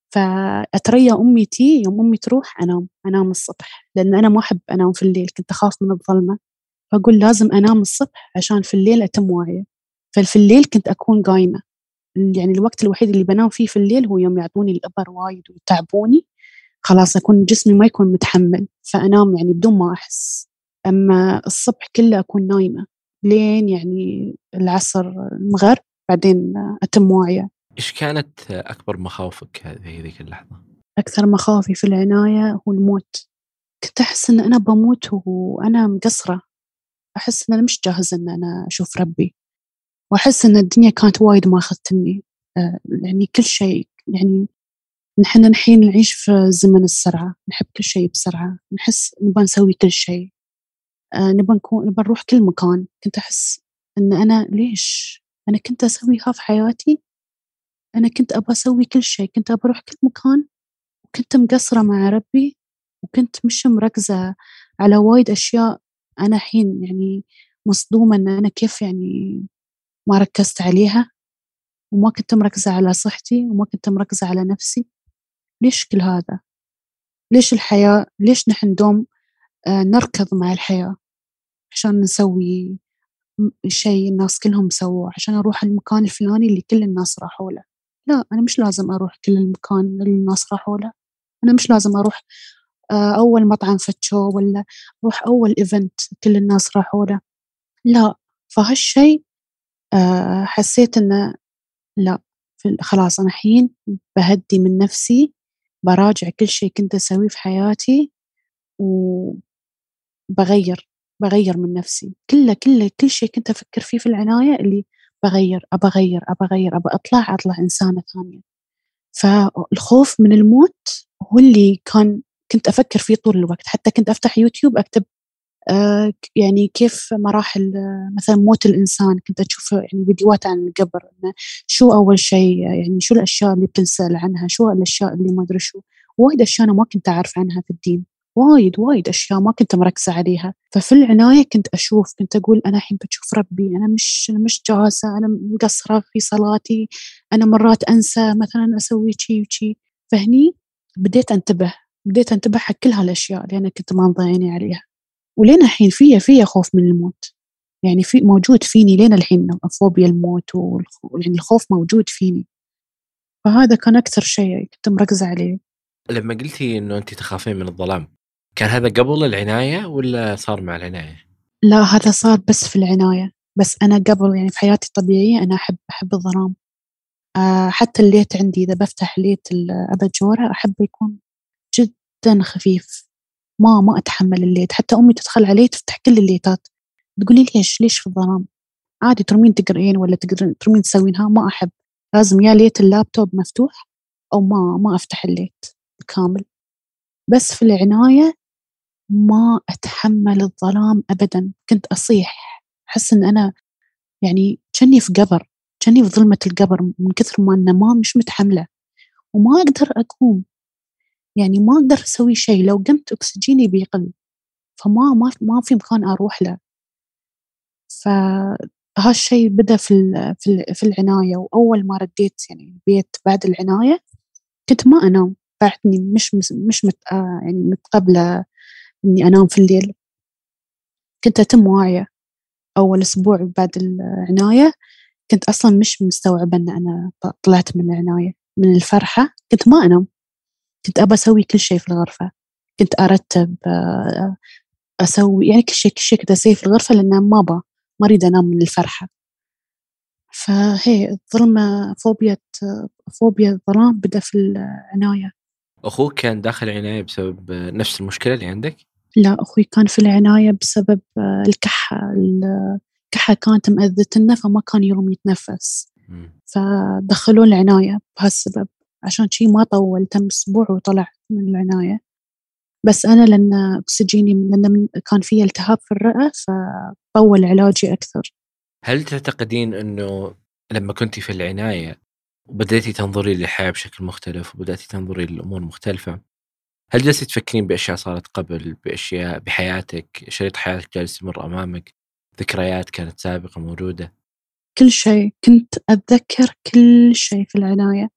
فأتريا أمي تي يوم أمي تروح أنام أنام الصبح، لأن أنا ما أحب أنام في الليل، كنت أخاف من الظلمة، فأقول لازم أنام الصبح عشان في الليل أتم واعية. ففي الليل كنت أكون قايمة، يعني الوقت الوحيد اللي بنام فيه في الليل هو يوم يعطوني الإبر وايد ويتعبوني، خلاص أكون جسمي ما يكون متحمل فأنام يعني بدون ما أحس. أما الصبح كله أكون نايمة لين يعني العصر المغرب، بعدين أتم واعية.
إيش كانت أكبر مخاوفك هذه ذيك اللحظة؟
أكثر مخاوفي في العناية هو الموت. كنت أحس إن أنا بموت وأنا مقصرة، أحس إن أنا مش جاهزة إن أنا أشوف ربي، وأحس إن الدنيا كانت وايد ما أخذتني. آه يعني كل شيء، يعني نحن الحين نعيش في زمن السرعة، نحب كل شيء بسرعة، نحس نبغى نسوي كل شيء، آه نبغى نكون نبغى نروح كل مكان. كنت أحس إن أنا ليش أنا كنت أسويها في حياتي، أنا كنت أبغى أسوي كل شيء، كنت أبغى أروح كل مكان، وكنت مقصرة مع ربي، وكنت مش مركزة على وايد أشياء. أنا حين يعني مصدومة إن أنا كيف يعني ما ركزت عليها، وما كنت مركزة على صحتي، وما كنت مركزة على نفسي. ليش كل هذا؟ ليش الحياة؟ ليش نحن دوم آه نركض مع الحياة عشان نسوي شيء الناس كلهم سووه، عشان أروح المكان الفلاني اللي كل الناس راحوا له؟ لا، أنا مش لازم أروح كل المكان اللي الناس راحوا له، أنا مش لازم أروح أول مطعم فتشو، ولا أروح أول إيفنت كل الناس راحوا له. لا، فهالشيء حسيت إنه لا، خلاص أنا حين بهدي من نفسي، براجع كل شيء كنت أسويه في حياتي، وبغير بغير من نفسي كله كله كل شيء كنت أفكر فيه في العناية اللي بغير أبغير أبغير أبى أطلع أطلع إنسانة ثانية. فالخوف من الموت هو اللي كان كنت أفكر فيه طول الوقت. حتى كنت أفتح يوتيوب أكتب آه يعني كيف مراحل مثلا موت الإنسان، كنت أشوف يعني فيديوهات عن القبر، شو أول شيء يعني شو الأشياء اللي بتنسأل عنها، شو الأشياء اللي ما أدري شو. وايد أشياء أنا ما كنت أعرف عنها في الدين، وايد وايد أشياء ما كنت مركزة عليها. ففي العناية كنت أشوف، كنت أقول أنا الحين بشوف ربي، أنا مش أنا مش جالسة، أنا مقصرة في صلاتي، أنا مرات أنسى مثلا أسوي شي وشي. فهني بديت أنتبه بديت أنتبه حق كل هالأشياء اللي أنا كنت مانظر عيني عليها. ولين الحين فيا فيا خوف من الموت، يعني في موجود فيني لين الحين فوبيا الموت، يعني الخوف موجود فيني. فهذا كان أكثر شيء كنت مركزة عليه.
لما قلتي إنه أنت تخافين من الظلام، كان هذا قبل العناية ولا صار مع العناية؟
لا، هذا صار بس في العناية. بس أنا قبل يعني في حياتي الطبيعية أنا أحب أحب الظلام. أه حتى الليت عندي إذا بفتح ليت الأباجورة أحب يكون جدا خفيف، ما ما أتحمل الليت. حتى أمي تدخل عليه تفتح كل الليتات، تقولي ليش ليش في الظلام؟ عادي ترمين تقرأين ولا ترمين تسوينها، ما أحب. لازم يا ليت اللابتوب مفتوح أو ما ما أفتح الليت الكامل. بس في العناية ما أتحمل الظلام أبدا، كنت أصيح، أحس إن أنا يعني كني في قبر، كني في ظلمة القبر من كثر ما أنا ما مش متحملة، وما أقدر أقوم، يعني ما أقدر أسوي شيء. لو قمت أكسجيني بيقل، فما ما ما في مكان أروح له. فهالشيء بدأ في في في العناية. وأول ما رديت يعني البيت بعد العناية كنت ما أنام، بعدني مش مش مت يعني متقبلة إني أنام في الليل. كنت أتم واعية أول أسبوع بعد العناية، كنت أصلا مش مستوعبة أن أنا طلعت من العناية. من الفرحة كنت ما أنام، كنت أبى أسوي كل شيء في الغرفة، كنت أرتب أسوي يعني كل شيء كل شيء كنت أسوي في الغرفة، لأن ما أبى ما أريد أنام من الفرحة. فهي الظلمة فوبيا فوبيا الظلام بدأ في العناية.
أخوك كان داخل عناية بسبب نفس المشكلة اللي عندك؟
لا، أخوي كان في العناية بسبب الكحة. الكحة كانت مأذتنا فما كان يوم يتنفس، فدخلوه العناية بهالسبب. عشان شي ما طول، تم أسبوع وطلع من العناية. بس أنا لأن أكسجيني لأن كان فيه التهاب في الرئة فطول علاجي أكثر.
هل تعتقدين أنه لما كنتي في العناية وبدأتي تنظري للحياة بشكل مختلف وبدأتي تنظري للأمور مختلفة، هل جالسة تفكرين بأشياء صارت قبل، بأشياء بحياتك، شريط حياتك جالس يمر أمامك، ذكريات كانت سابقة موجودة؟
كل شيء كنت أتذكر، كل شيء في العناية.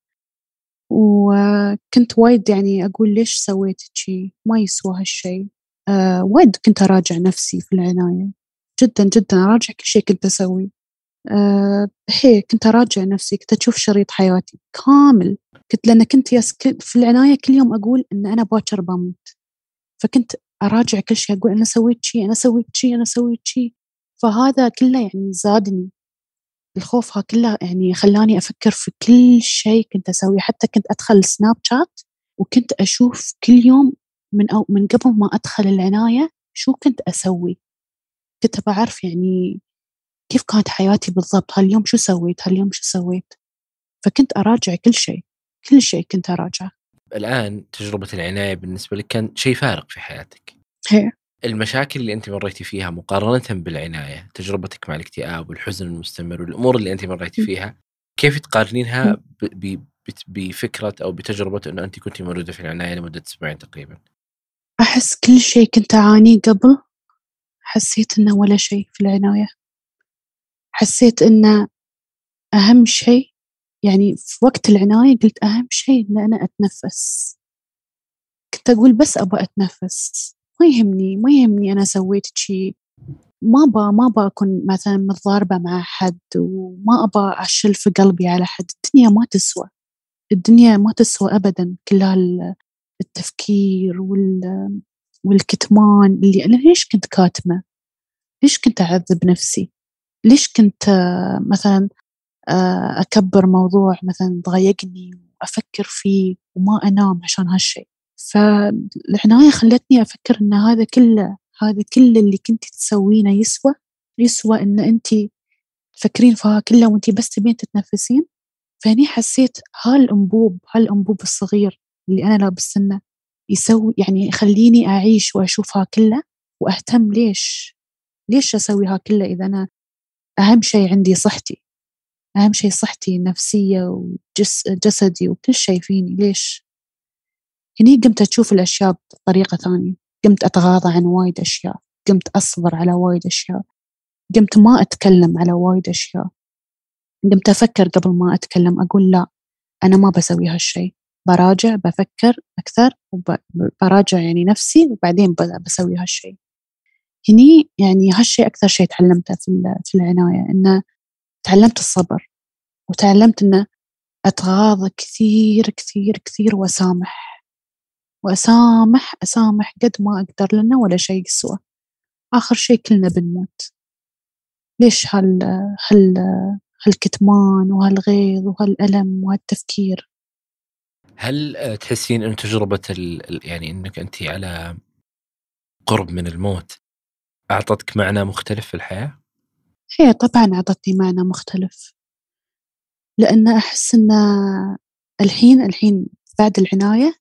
وكنت وايد يعني أقول ليش سويت شيء، ما يسوى هالشيء. أه وايد كنت أراجع نفسي في العناية، جدا جدا أراجع كل شيء كنت أسوي. أه هي كنت أراجع نفسي، كنت أشوف شريط حياتي كامل. كنت لأن كنت يسكت في العناية كل يوم أقول إن أنا باكر بموت، فكنت أراجع كل شيء، أقول أنا سويت شيء أنا سويت شيء أنا سويت شيء. فهذا كله يعني زادني الخوف، ها كله يعني خلاني أفكر في كل شيء كنت أسويه. حتى كنت أدخل سناب شات وكنت أشوف كل يوم من أو من قبل ما أدخل العناية شو كنت أسوي، كنت بعرف يعني كيف كانت حياتي بالضبط، هاليوم شو سويت هاليوم شو سويت. فكنت أراجع كل شيء كل شيء كنت أراجعه.
الآن تجربة العناية بالنسبة لك كان شيء فارق في حياتك.
هي
المشاكل اللي أنت مريتي فيها مقارنة بالعناية، تجربتك مع الاكتئاب والحزن المستمر والأمور اللي أنت مريتي فيها، كيف تقارنينها ب- ب- بفكرة أو بتجربة أنه أنت كنت موجودة في العناية لمدة أسبوعين تقريبا؟
أحس كل شيء كنت أعانيه قبل حسيت إنه ولا شيء في العناية. حسيت إنه أهم شيء يعني في وقت العناية، قلت أهم شيء إن أنا أتنفس. كنت أقول بس أبغى أتنفس، ما يهمني ما يهمني أنا سويت شيء، ما با ما با أكون مثلا متضاربة مع حد، وما أبغى أشل في قلبي على حد. الدنيا ما تسوى الدنيا ما تسوى أبدا كل التفكير وال والكتمان اللي أنا ليش كنت كاتمة، ليش كنت أعذب نفسي، ليش كنت مثلا أكبر موضوع مثلا ضايقني وأفكر فيه وما أنام عشان هالشيء. فالعناية خلتني أفكر إن هذا كله هذا كل اللي كنت تسوينه يسوى يسوى إن أنت تفكرين فيها كله وأنت بس تبين تتنفسين. فهني حسيت هالأنبوب هالأنبوب الصغير اللي أنا لابسنه يسوي يعني يخليني أعيش وأشوفها كله وأهتم. ليش ليش أسويها كله إذا أنا أهم شيء عندي صحتي، أهم شيء صحتي النفسية وجسدي وكل شيء فيني. ليش؟ هني قمت أشوف الأشياء بطريقة ثانية، قمت أتغاضى عن وايد أشياء، قمت أصبر على وايد أشياء، قمت ما أتكلم على وايد أشياء، قمت أفكر قبل ما أتكلم، أقول لا أنا ما بسوي هالشيء، براجع بفكر أكثر وبراجع يعني نفسي وبعدين بسوي هالشيء. هني يعني هالشيء أكثر شيء تعلمته في في العناية، إنه تعلمت الصبر وتعلمت إنه أتغاضى كثير كثير كثير وأسامح وأسامح أسامح قد ما أقدر، لنا ولا شيء يسوى. آخر شيء كلنا بنموت. ليش هال هال هالكتمان وهالغيظ وهالألم وهالتفكير؟
هل تحسين أن تجربة يعني أنك أنت على قرب من الموت أعطتك معنى مختلف في الحياة؟
هي طبعا أعطتني معنى مختلف، لأن أحس أن الحين الحين بعد العناية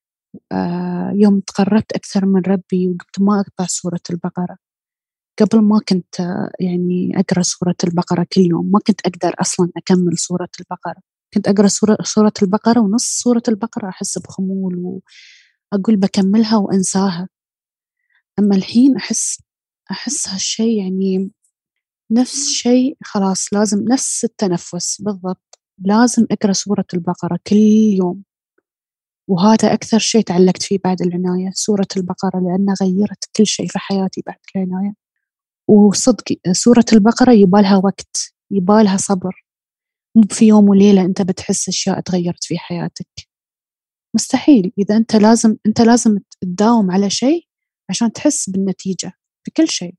آه يوم تقربت أكثر من ربي وقمت ما أقطع سورة البقرة. قبل ما كنت آه يعني أقرأ سورة البقرة كل يوم، ما كنت أقدر أصلا أكمل سورة البقرة. كنت أقرأ سورة, سورة البقرة ونص سورة البقرة أحس بخمول وأقول بكملها وأنساها. أما الحين أحس أحس هالشيء يعني نفس شيء، خلاص لازم نفس التنفس بالضبط، لازم أقرأ سورة البقرة كل يوم. وهذا أكثر شيء تعلقت فيه بعد العناية، سورة البقرة، لأنها غيرت كل شيء في حياتي بعد العناية. وصدق سورة البقرة يبالها وقت، يبالها صبر، مو في يوم وليلة أنت بتحس أشياء تغيرت في حياتك. مستحيل. إذا أنت لازم أنت لازم تداوم على شيء عشان تحس بالنتيجة في كل شيء.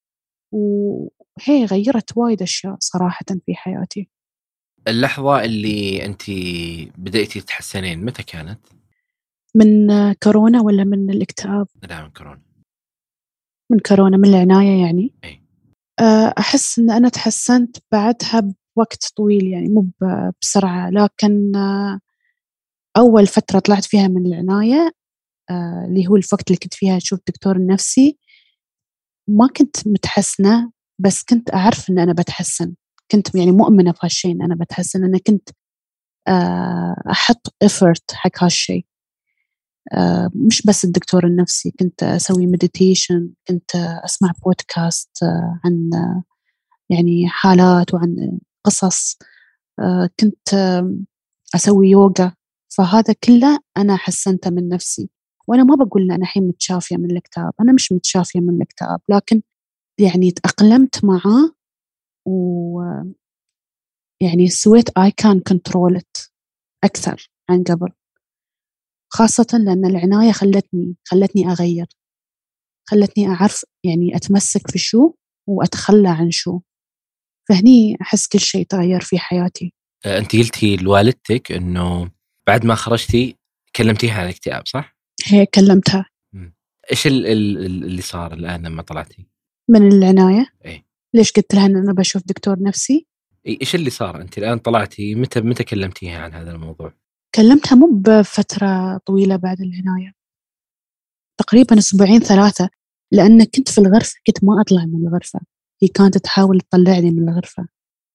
وهي غيرت وايد أشياء صراحة في حياتي.
اللحظة اللي أنت بدأتي تتحسنين متى كانت؟
من كورونا ولا من الاكتئاب؟
لا، من كورونا.
من كورونا، من العناية يعني.
أي.
أحس أن أنا تحسنت بعدها بوقت طويل، يعني مو بسرعة، لكن أول فترة طلعت فيها من العناية اللي هو الوقت اللي كنت فيها أشوف دكتور النفسي، ما كنت متحسنة، بس كنت أعرف أن أنا بتحسن. كنت يعني مؤمنة بهالشيء أن أنا بتحسن. أنا كنت أحط effort حق هالشيء. مش بس الدكتور النفسي، كنت أسوي مديتيشن، كنت أسمع بودكاست عن يعني حالات وعن قصص، كنت أسوي يوغا. فهذا كله أنا حسنت من نفسي. وأنا ما بقول أن أنا الحين متشافية من الاكتئاب، أنا مش متشافية من الاكتئاب، لكن يعني تأقلمت معاه و يعني سويت I can control it أكثر عن قبل، خاصة لأن العناية خلتني خلتني أغير، خلتني أعرف يعني أتمسك في شو وأتخلى عن شو. فهني أحس كل شيء تغير في حياتي.
أنت قلتي لوالدتك أنه بعد ما خرجتي كلمتيها عن الاكتئاب، صح؟
هي كلمتها.
م. إيش اللي صار الآن لما طلعتي
من العناية؟
إيه؟
ليش قلت لها أن أنا بشوف دكتور نفسي؟
إيش اللي صار؟ أنت الآن طلعتي، متى متى كلمتيها عن هذا الموضوع؟
كلمتها مو بفترة طويلة بعد العناية، تقريبا أسبوعين ثلاثة، لأن كنت في الغرفة، كنت ما أطلع من الغرفة، هي كانت تحاول تطلعني من الغرفة.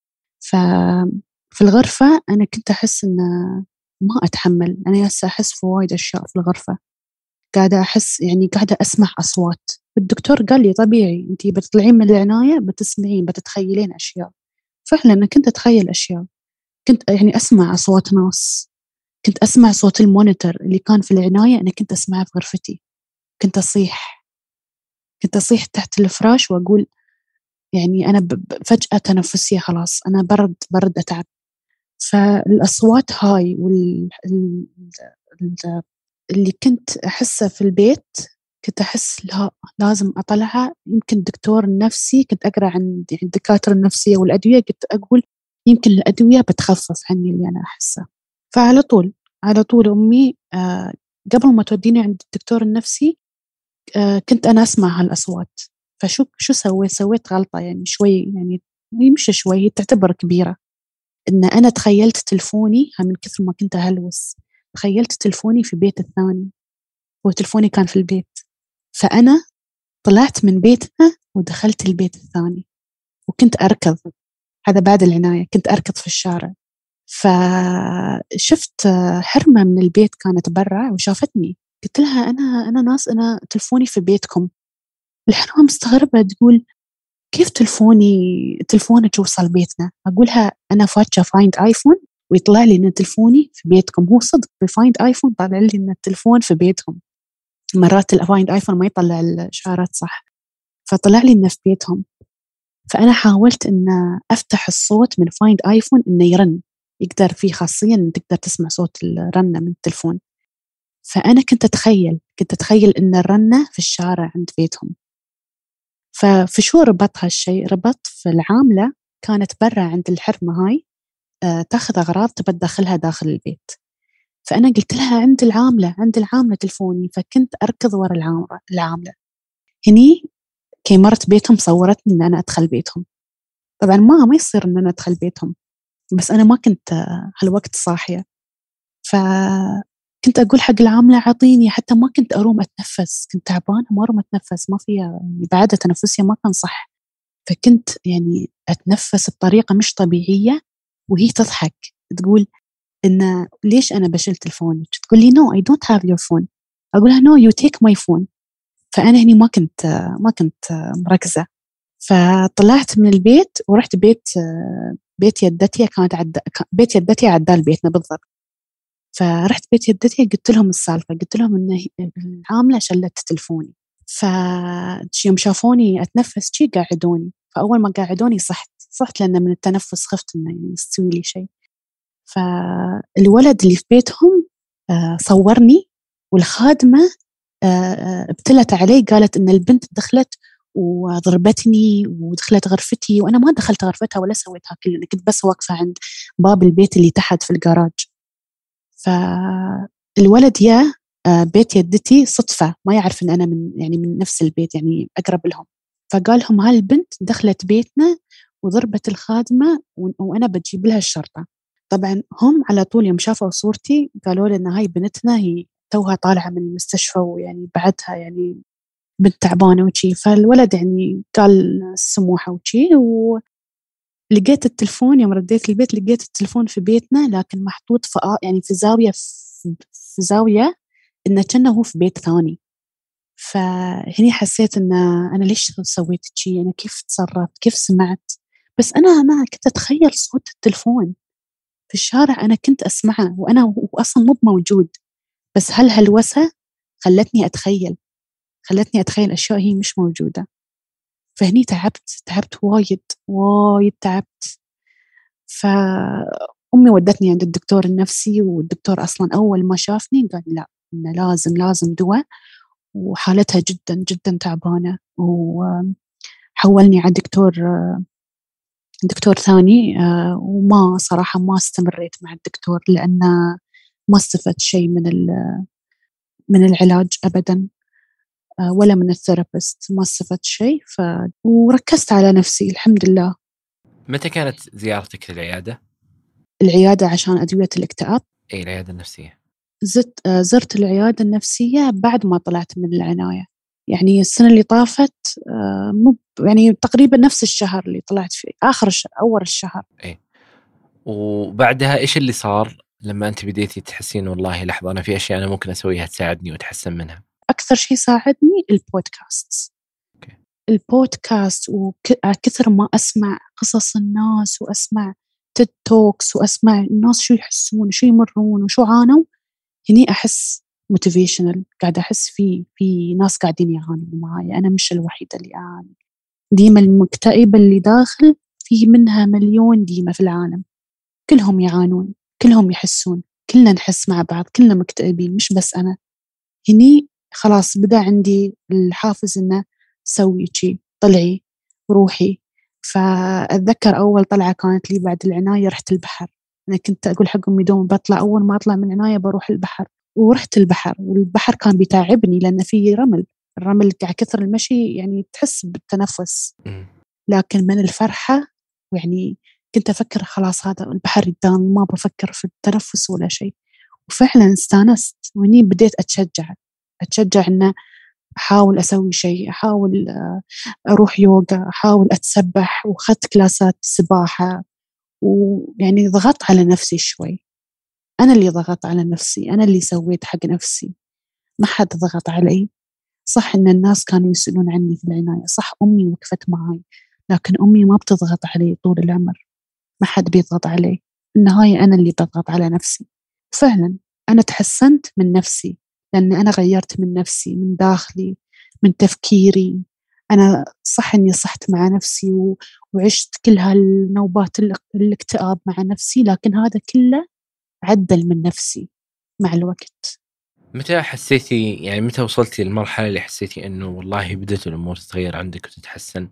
ففي الغرفة أنا كنت أحس إن ما أتحمل، أنا هسه أحس في وايد أشياء في الغرفة، قاعدة أحس يعني قاعدة أسمع أصوات. الدكتور قال لي طبيعي، أنتي بتطلعين من العناية بتسمعين بتتخيلين أشياء. فعلا أنا كنت أتخيل أشياء، كنت يعني أسمع أصوات ناس، كنت أسمع صوت المونيتور اللي كان في العناية، أنا كنت أسمعه في غرفتي، كنت أصيح كنت أصيح تحت الفراش وأقول يعني أنا فجأة تنفسية خلاص، أنا برد برد أتعب. فالأصوات هاي وال اللي كنت أحسه في البيت كنت أحس لا لازم أطلعها. يمكن دكتور النفسي كنت أقرأ عن الدكاترة النفسية والأدوية، كنت أقول يمكن الأدوية بتخفف عني اللي أنا أحسه. فعلى طول على طول أمي آه قبل ما توديني عند الدكتور النفسي آه كنت أنا أسمع هالأصوات. فشو شو سويت سويت غلطة يعني شوي، يعني مش شوي، هي تعتبر كبيرة. إن أنا تخيلت تلفوني من كثر ما كنت أهلوس، تخيلت تلفوني في بيت الثاني وتلفوني كان في البيت. فأنا طلعت من بيتنا ودخلت البيت الثاني وكنت أركض. هذا بعد العناية، كنت أركض في الشارع. فشفت حرمة من البيت كانت برا وشافتني. قلت لها أنا أنا ناس أنا تلفوني في بيتكم. الحرمة مستغربة تقول كيف تلفوني تلفونك وصل بيتنا؟ أقولها أنا فاتشة فايند آيفون ويطلع لي إن تلفوني في بيتكم. هو صدق بفايند آيفون طلع لي إن التلفون في بيتهم. مرات الفايند آيفون ما يطلع الإشعارات صح، فطلع لي إنه في بيتهم. فأنا حاولت إن أفتح الصوت من فايند آيفون إنه يرن، يقدر فيه خاصية إن تقدر تسمع صوت الرنة من التلفون. فأنا كنت أتخيل كنت أتخيل إن الرنة في الشارع عند بيتهم. ففي شو ربط هالشيء؟ ربط في العاملة كانت برا عند الحرمة هاي أه تاخذ أغراض تبى تدخلها داخل البيت. فأنا قلت لها عند العاملة عند العاملة تلفوني. فكنت أركض ورا العاملة العاملة هني كي مرت بيتهم صورتني إن أنا أدخل بيتهم. طبعا ما ما يصير إن أنا أدخل بيتهم، بس أنا ما كنت هالوقت صاحية. فكنت أقول حق العاملة عطيني، حتى ما كنت أروم أتنفس، كنت تعبانة ما أروم أتنفس، ما فيها يعني بعد تنفسية ما كان صح. فكنت يعني أتنفس بطريقة مش طبيعية وهي تضحك تقول إن ليش أنا بشيل تلفونك؟ تقول لي no I don't have your phone. أقولها no you take my phone. فأنا هني ما كنت ما كنت مركزة. فطلعت من البيت ورحت بيت بيت يدتي. كانت عد... بيت يدتي عدال بيتنا بالضبط. فرحت بيت يدتي قلت لهم السالفة، قلت لهم إن العاملة شلت تلفوني. فيوم شافوني أتنفس شي قاعدوني. فأول ما قاعدوني صحت صحت لأن من التنفس خفت إنه يستوي لي شيء. فالولد اللي في بيتهم صورني، والخادمة ابتلت علي قالت إن البنت دخلت وضربتني ودخلت غرفتي، وأنا ما دخلت غرفتها ولا سويتها كلنا، كنت بس واقفة عند باب البيت اللي تحت في الجراج. فالولد يا بيت يدتي صدفة ما يعرف إن أنا من يعني من نفس البيت، يعني أقرب لهم. فقال لهم هالبنت دخلت بيتنا وضربت الخادمة وأنا بجيب لها الشرطة. طبعا هم على طول يوم شافوا صورتي قالوا لي إن هاي بنتنا هي توها طالعة من المستشفى، ويعني بعدها يعني بنت تعبانة وشي. فالولد يعني قال سموحة وشي. ولقيت التلفون يوم رديت البيت، لقيت التلفون في بيتنا لكن محطوط في يعني في زاوية في زاوية إنه كأنه هو في بيت ثاني. فهني حسيت إن أنا ليش سويت شي، أنا كيف تصرفت، كيف سمعت. بس أنا أنا كنت أتخيل صوت التلفون في الشارع، أنا كنت أسمعه وأنا أصلا مو موجود. بس هل هالوسة خلتني أتخيل خلتني أتخيل أشياء هي مش موجودة. فهني تعبت تعبت وايد وايد تعبت. فأمي ودتني عند الدكتور النفسي، والدكتور أصلا أول ما شافني قال لا إنه لازم لازم دواء، وحالتها جدا جدا تعبانة. وحولني على دكتور دكتور ثاني. وما صراحة ما استمريت مع الدكتور لأن ما استفدت شيء من من العلاج أبدا، ولا من الثيرابيست ما استفدت شيء. ف... وركزت على نفسي الحمد لله.
متى كانت زيارتك للعيادة؟
العيادة عشان أدوية الاكتئاب؟
أي العيادة النفسية.
زرت زرت العيادة النفسية بعد ما طلعت من العناية، يعني السنة اللي طافت مو يعني تقريبا نفس الشهر اللي طلعت فيه، آخر الشهر أول الشهر.
أي. وبعدها إيش اللي صار لما أنت بديتي تحسين والله لحظة أنا في أشياء أنا ممكن أسويها تساعدني وتحسن منها؟
أكثر شيء ساعدني البودكاست. okay. البودكاست وكثر ما أسمع قصص الناس وأسمع تيد توكس وأسمع الناس شو يحسون وشو يمرون وشو عانوا. هني أحس موتيفيشنال، قاعدة أحس في في ناس قاعدين يعانون معايا، أنا مش الوحيدة اللي أعاني. ديما المكتئبة اللي داخل في منها مليون ديما في العالم، كلهم يعانون كلهم يحسون، كلنا نحس مع بعض، كلنا مكتئبين مش بس أنا. هني خلاص بدأ عندي الحافز إنه سوي شي، طلعي روحي. فأتذكر أول طلعة كانت لي بعد العناية رحت البحر. أنا كنت أقول حق أمي دوم بطلع، أول ما أطلع من العناية بروح البحر، ورحت البحر. والبحر كان بيتعبني لأن فيه رمل، الرمل على كثر المشي يعني تحس بالتنفس، لكن من الفرحة يعني كنت أفكر خلاص هذا البحر قدام، ما بفكر في التنفس ولا شيء. وفعلا استانست، وهني بديت أتشجع أتشجع إنه أحاول أسوي شيء، أحاول أروح يوغا، أحاول أتسبح، وخدت كلاسات سباحة. ويعني ضغطت على نفسي شوي، أنا اللي ضغطت على نفسي، أنا اللي سويت حق نفسي، ما حد ضغط علي. صح إن الناس كانوا يسألون عني في العناية، صح أمي وقفت معي، لكن أمي ما بتضغط علي طول العمر، ما حد بيضغط علي. النهاية أنا اللي بضغط على نفسي. فعلا أنا تحسنت من نفسي، لأن أنا غيرت من نفسي، من داخلي، من تفكيري. أنا صح إني صحت مع نفسي و... وعشت كل هالنوبات ال... الاكتئاب مع نفسي، لكن هذا كله عدل من نفسي مع الوقت.
متى حسيتي، يعني متى وصلتي للمرحلة اللي حسيتي إنه والله بدأت الأمور تتغير عندك وتتحسن،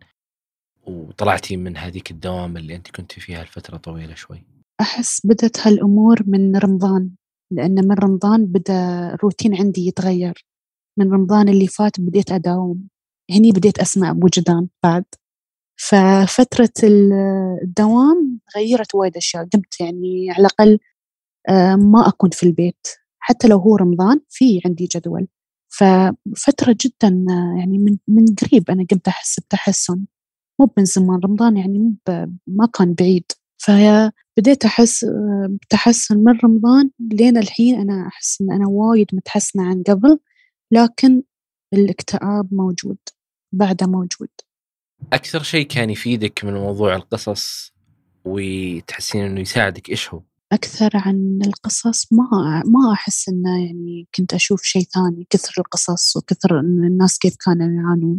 وطلعتي من هذيك الدوام اللي أنت كنت فيها الفترة طويلة شوي؟
أحس بدت هالأمور من رمضان، لأن من رمضان بدأ الروتين عندي يتغير. من رمضان اللي فات بديت أداوم، هني بديت أسمع بوجدان بعد. ففترة الدوام غيرت وايد أشياء، قمت يعني على الأقل ما أكون في البيت، حتى لو هو رمضان في عندي جدول. ففترة جدا يعني من من قريب أنا قمت أحس بتحسن، مو من زمان، رمضان يعني ما كان بعيد. فبديت أحس بتحسن من رمضان لين الحين. أنا أحس إن أنا وايد متحسنة عن قبل، لكن الاكتئاب موجود، بعده موجود.
أكثر شيء كان يفيدك من موضوع القصص وتحسين إنه يساعدك إيش هو؟
أكثر عن القصص ما ما أحس إنه يعني كنت أشوف شيء ثاني، كثر القصص وكثر إن الناس كيف كانوا يعانون.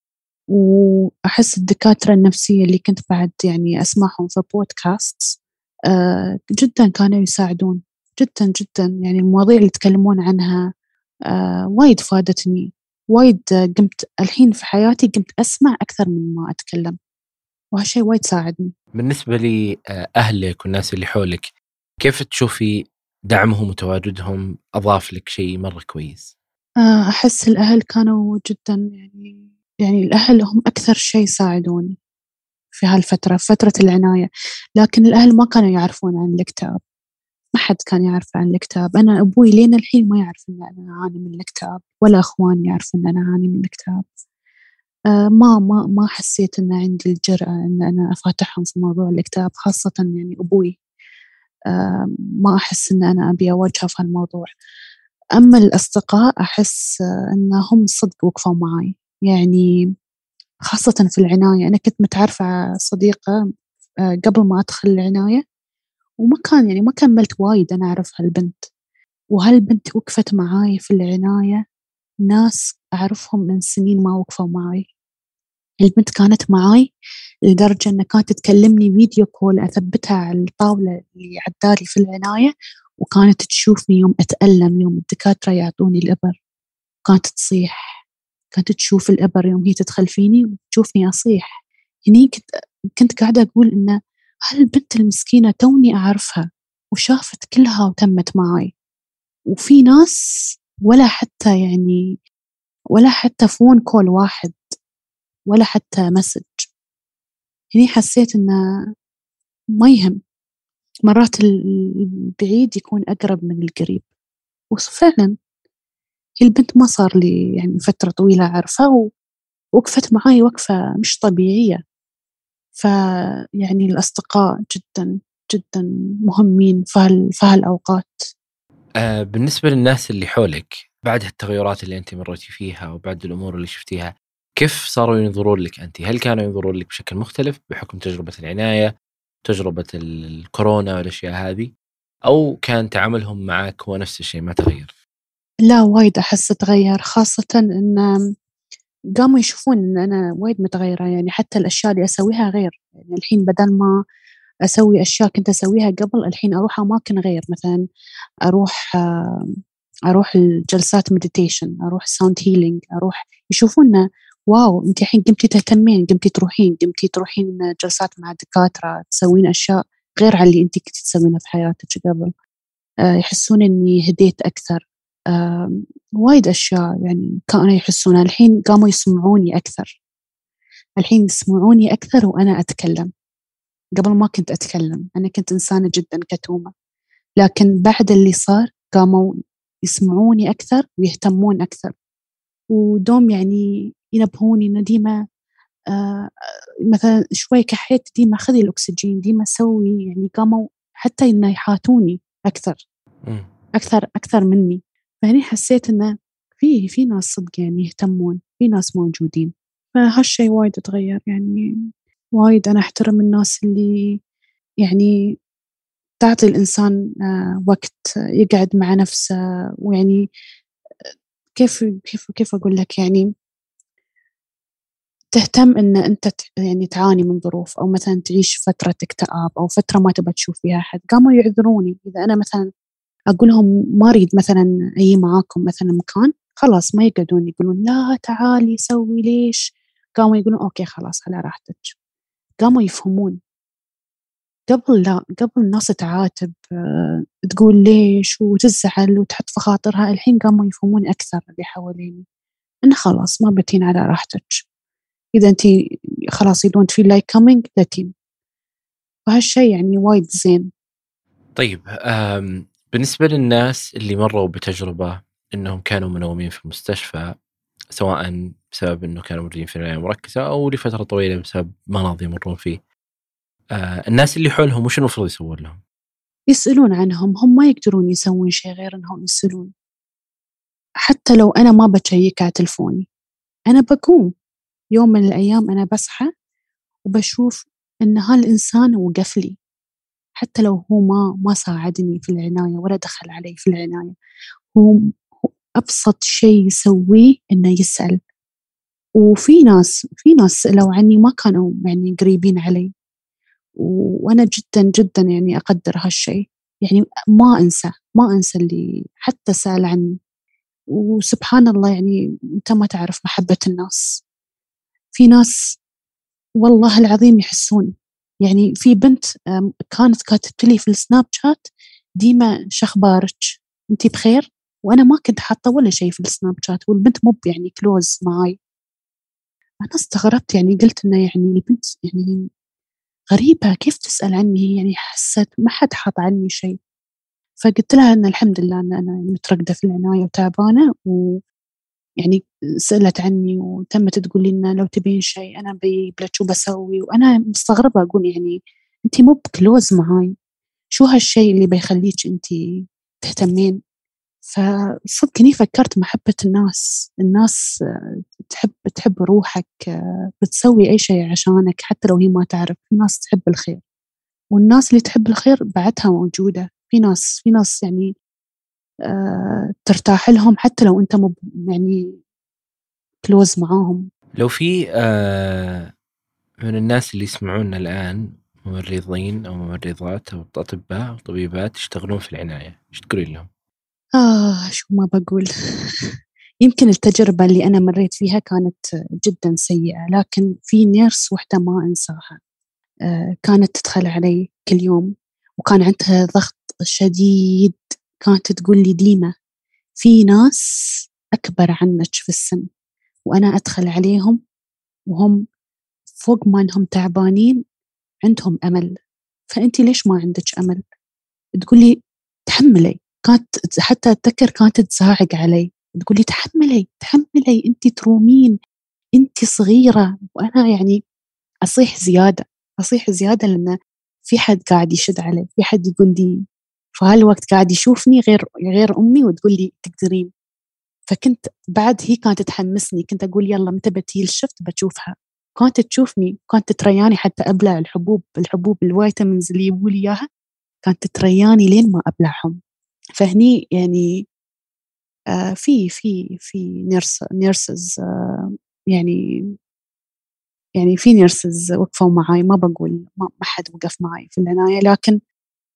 وأحس الدكاترة النفسية اللي كنت بعد يعني أسمعهم في بودكاست آه جدا كانوا يساعدون، جدا جدا. يعني المواضيع اللي يتكلمون عنها آه وايد فادتني، وايد. قمت الحين في حياتي قمت أسمع أكثر من ما أتكلم، وهالشيء وايد ساعدني.
بالنسبة لي أهلك والناس اللي حولك، كيف تشوفي دعمهم وتواجدهم أضاف لك شيء مرة كويس؟
آه أحس الأهل كانوا جدا يعني يعني الأهل هم أكثر شيء ساعدوني في هالفترة، فترة العناية. لكن الأهل ما كانوا يعرفون عن الاكتئاب، ما حد كان يعرف عن الاكتئاب. أنا أبوي لين الحين ما يعرف أن أنا أعاني من الاكتئاب، ولا أخواني يعرفوا أن أنا أعاني من الاكتئاب. آه ما ما ما حسيت أن عندي الجرأة أن أنا أفاتحهم في موضوع الاكتئاب، خاصة يعني أبوي. آه ما أحس أن أنا أبي أواجهه في هالموضوع. أما الأصدقاء أحس آه أنهم صدق وقفوا معي، يعني خاصة في العناية. أنا كنت متعرفة صديقة آه قبل ما أدخل العناية، وما كان يعني ما كملت وايد أنا أعرف هالبنت، وهالبنت وقفت معاي في العناية. ناس أعرفهم من سنين ما وقفوا معاي. البنت كانت معاي لدرجة أنها كانت تكلمني فيديو كول، أثبتها على الطاولة اللي عدالي في العناية، وكانت تشوفني يوم أتألم، يوم الدكاترة يعطوني الإبر كانت تصيح. كانت تشوف الإبر يوم هي تدخل فيني وتشوفني أصيح. هني كنت كنت قاعدة أقول إنه هالبنت المسكينة توني أعرفها وشافت كلها وتمت معاي، وفي ناس ولا حتى يعني ولا حتى فون كول واحد، ولا حتى مسج. هني حسيت إنه ما يهم، مرات البعيد يكون أقرب من القريب. وفعلا البنت ما صار لي يعني فترة طويلة أعرفها، ووقفت معاي وقفة مش طبيعية. فيعني الأصدقاء جدا جدا مهمين في هالأوقات.
آه بالنسبة للناس اللي حولك بعد هالتغيرات اللي أنت مريتي فيها وبعد الأمور اللي شفتيها، كيف صاروا ينظرون لك أنت؟ هل كانوا ينظرون لك بشكل مختلف بحكم تجربة العناية، تجربة الكورونا والأشياء هذه، أو كان تعاملهم معك هو نفس الشيء ما تغير؟
لا وايد أحس تغير، خاصة إن قاموا يشوفون إن أنا وايد متغيرة. يعني حتى الأشياء اللي أسويها غير، يعني الحين بدل ما أسوي أشياء كنت أسويها قبل، الحين أروح أماكن غير. مثلا أروح أروح الجلسات مديتيشن، أروح ساوند هيلينج، أروح يشوفونا واو أنت الحين قمتي تهتمين، قمتي تروحين قمتي تروحين جلسات مع الدكاترة، تسوين أشياء غير على اللي أنت كنت تسوينها في حياتك قبل. آه يحسون إني هديت أكثر. آه وايد أشياء يعني كانوا يحسونها. الحين قاموا يسمعوني أكثر، الحين يسمعوني أكثر وأنا أتكلم. قبل ما كنت أتكلم، أنا كنت إنسانة جدا كتومة، لكن بعد اللي صار قاموا يسمعوني أكثر ويهتمون أكثر، ودوم يعني ينبهوني إنه ديما آه مثلا شوي كحيت، ديما خذي الأكسجين، ديما سوي، يعني قاموا حتى إنه يحاتوني أكثر أكثر أكثر مني. فهني حسيت إنه في في ناس صدق يعني يهتمون، في ناس موجودين. فهالشي وايد تغير يعني. وايد أنا أحترم الناس اللي يعني تعطي الإنسان آه وقت يقعد مع نفسه، ويعني كيف كيف كيف أقول لك، يعني تهتم إن أنت يعني تعاني من ظروف، أو مثلا تعيش فترة اكتئاب أو فترة ما تبى تشوف فيها أحد. قاموا يعذروني إذا أنا مثلا أقول لهم ما أريد مثلا أي معاكم مثلا مكان، خلاص ما يقعدون يقولون لا تعالي سوي ليش. قاموا يقولون أوكي خلاص على راحتك. قاموا يفهمون. قبل لا قبل الناس تعاتب أه تقول ليش وتزعل وتحط في خاطرها، الحين قاموا يفهمون أكثر اللي حواليني إنه خلاص ما بتين على راحتك. إذا أنت خلاص you don't feel like coming لا تين. فهالشيء يعني وايد زين.
طيب بالنسبة للناس اللي مروا بتجربة إنهم كانوا منومين في المستشفى، سواء بسبب إنه كانوا موجودين في العناية المركزة أو لفترة طويلة بسبب مرض يمرون فيه، آه الناس اللي حولهم وش المفروض يسوون لهم؟
يسألون عنهم. هم ما يقدرون يسوون شيء غير إنهم يسألون. حتى لو أنا ما بشيك على تلفوني، أنا بقوم يوم من الأيام أنا بصحى وبشوف إن هالإنسان وقف لي، حتى لو هو ما ما ساعدني في العناية ولا دخل علي في العناية. هو أبسط شيء يسويه إنه يسأل. وفي ناس في ناس سألوا عني ما كانوا يعني قريبين علي، وأنا جدا جدا يعني أقدر هالشيء. يعني ما أنسى ما أنسى اللي حتى سأل عني. وسبحان الله يعني أنت ما تعرف محبة الناس. في ناس والله العظيم يحسون. يعني في بنت كانت كاتبت لي في السناب شات ديما شخبارك أنتي بخير، وأنا ما كنت حاطة ولا شيء في السناب شات، والبنت مو يعني كلوز معاي. أنا استغربت يعني، قلت إنه يعني البنت يعني غريبة كيف تسأل عني، يعني حسيت ما حد حاط عني شيء. فقلت لها أن الحمد لله أن أنا مترقدة في العناية وتعبانة، ويعني سألت عني وتمت تقول لي إن لو تبين شيء أنا بيبلش شو بسوي. وأنا مستغربة أقول يعني أنتي مو بكلوز معاي، شو هالشيء اللي بيخليك أنتي تهتمين؟ فصدقني فكرت محبة الناس. الناس تحب تحب روحك، بتسوي أي شيء عشانك حتى لو هي ما تعرف. في ناس تحب الخير، والناس اللي تحب الخير بعدها موجودة. في ناس في ناس يعني آه ترتاح لهم حتى لو أنت مو يعني كلوز معاهم.
لو في آه من الناس اللي يسمعونا الآن ممرضين أو ممرضات أو أطباء أو طبيبات يشتغلون في العناية، إيش تقولين لهم؟
آه شو ما بقول. يمكن التجربة اللي أنا مريت فيها كانت جدا سيئة، لكن في نيرس وحدة ما أنساها. آه كانت تدخل علي كل يوم وكان عندها ضغط شديد. كانت تقول لي ديما في ناس أكبر عنك في السن، وأنا أدخل عليهم وهم فوق ما أنهم تعبانين عندهم أمل، فأنتي ليش ما عندك أمل؟ تقول لي تحملي. كانت حتى أتذكر كانت تزاعق علي، تقول لي تحملي تحملي أنتي ترومين، أنتي صغيرة. وأنا يعني أصيح زيادة أصيح زيادة لأن في حد قاعد يشد علي، في حد يقول لي في هالوقت قاعد يشوفني غير غير أمي وتقول لي تقدرين. فكنت بعد هي كانت تحمسني، كنت أقول يلا متى بتيجي الشفت بتشوفها. كانت تشوفني، كانت ترياني حتى أبلع الحبوب الحبوب الفيتامينز اللي يبوا لي إياها، كانت ترياني لين ما أبلعهم. فهني يعني آه في في في نيرس نيرسز آه يعني يعني في نيرسز وقفوا معي. ما بقول ما, ما حد وقف معي في العناية، لكن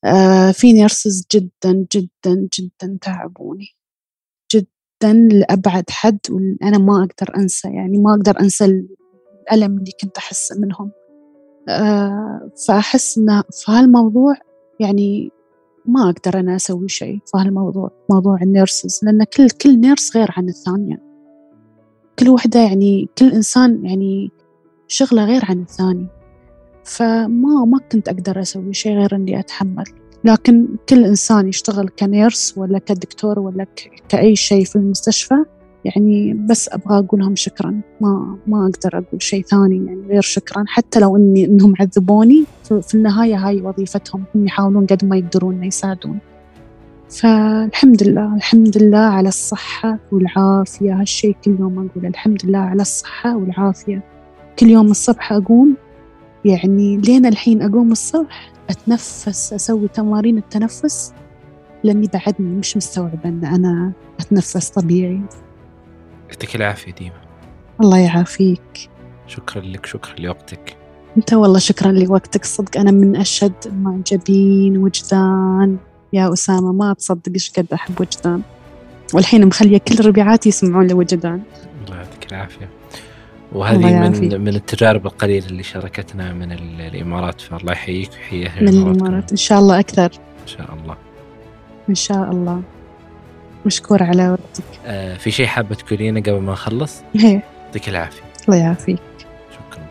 آه في نيرسز جدا جدا جدا تعبوني جدا لأبعد حد، وأنا ما أقدر أنسى، يعني ما أقدر أنسى الألم اللي كنت أحس منهم. آه فأحس إن في هالموضوع يعني ما أقدر أنا أسوي شيء في هالموضوع، موضوع النيرسز، لأن كل كل نيرس غير عن الثانية، كل وحدة يعني كل إنسان يعني شغله غير عن الثاني، فما ما كنت أقدر أسوي شيء غير إني أتحمل. لكن كل إنسان يشتغل كنيرس ولا كدكتور ولا كأي شيء في المستشفى، يعني بس أبغى أقول لهم شكرا، ما ما أقدر أقول شيء ثاني يعني غير شكرا، حتى لو إني إنهم عذبوني، في النهاية هاي وظيفتهم، هم يحاولون قد ما يقدرون يساعدون. فالحمد لله الحمد لله على الصحة والعافية، هالشيء كل يوم أقول الحمد لله على الصحة والعافية. كل يوم الصبح أقوم، يعني لين الحين أقوم الصبح أتنفس، أسوي تمارين التنفس، لأني بعدني مش مستوعبة أن أنا أتنفس طبيعي.
يعطيك العافية ديما.
الله يعافيك.
شكرا لك، شكرا لوقتك.
أنت والله شكرا لوقتك، صدق أنا من أشد المعجبين وجدان يا أسامة، ما تصدق إيش قد أحب وجدان، والحين مخلية كل ربيعاتي يسمعون لوجدان.
الله يعطيك العافية. وهذه من من التجارب القليلة اللي شاركتنا من الإمارات، فالله يحييك ويحيي أهل
الإمارات. من الإمارات إن شاء الله أكثر
إن شاء الله
إن شاء الله. مشكور على وقتك.
آه في شيء حابة تقولينه قبل ما نخلص؟
هي
يعطيك العافية.
الله يعافيك.
شكرا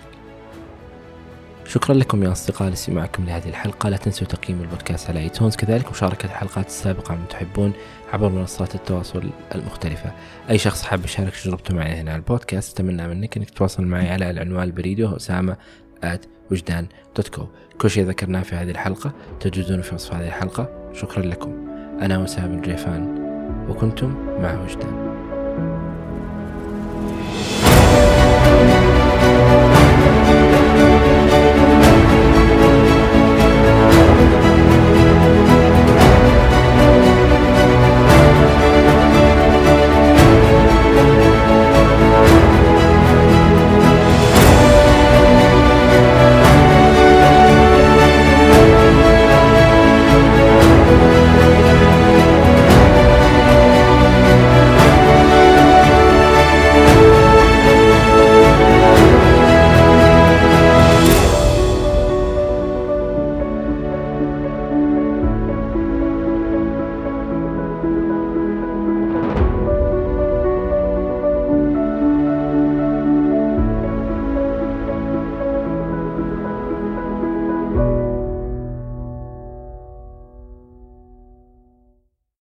شكرا لكم يا أصدقاء لسماعكم لهذه الحلقة. لا تنسوا تقييم البودكاست على ايتونز، كذلك مشاركة الحلقات السابقة من تحبون عبر منصات التواصل المختلفة. أي شخص حاب يشارك تجربته معي هنا على البودكاست، أتمنى منك أنك تتواصل معي على العنوان البريدي وهو أسامة آت وجدان دوت كو. كل شيء ذكرناه في هذه الحلقة تجدونه في وصف هذه الحلقة. شكرا لكم. أنا وسام الجيفان وكنتم مع وجدان.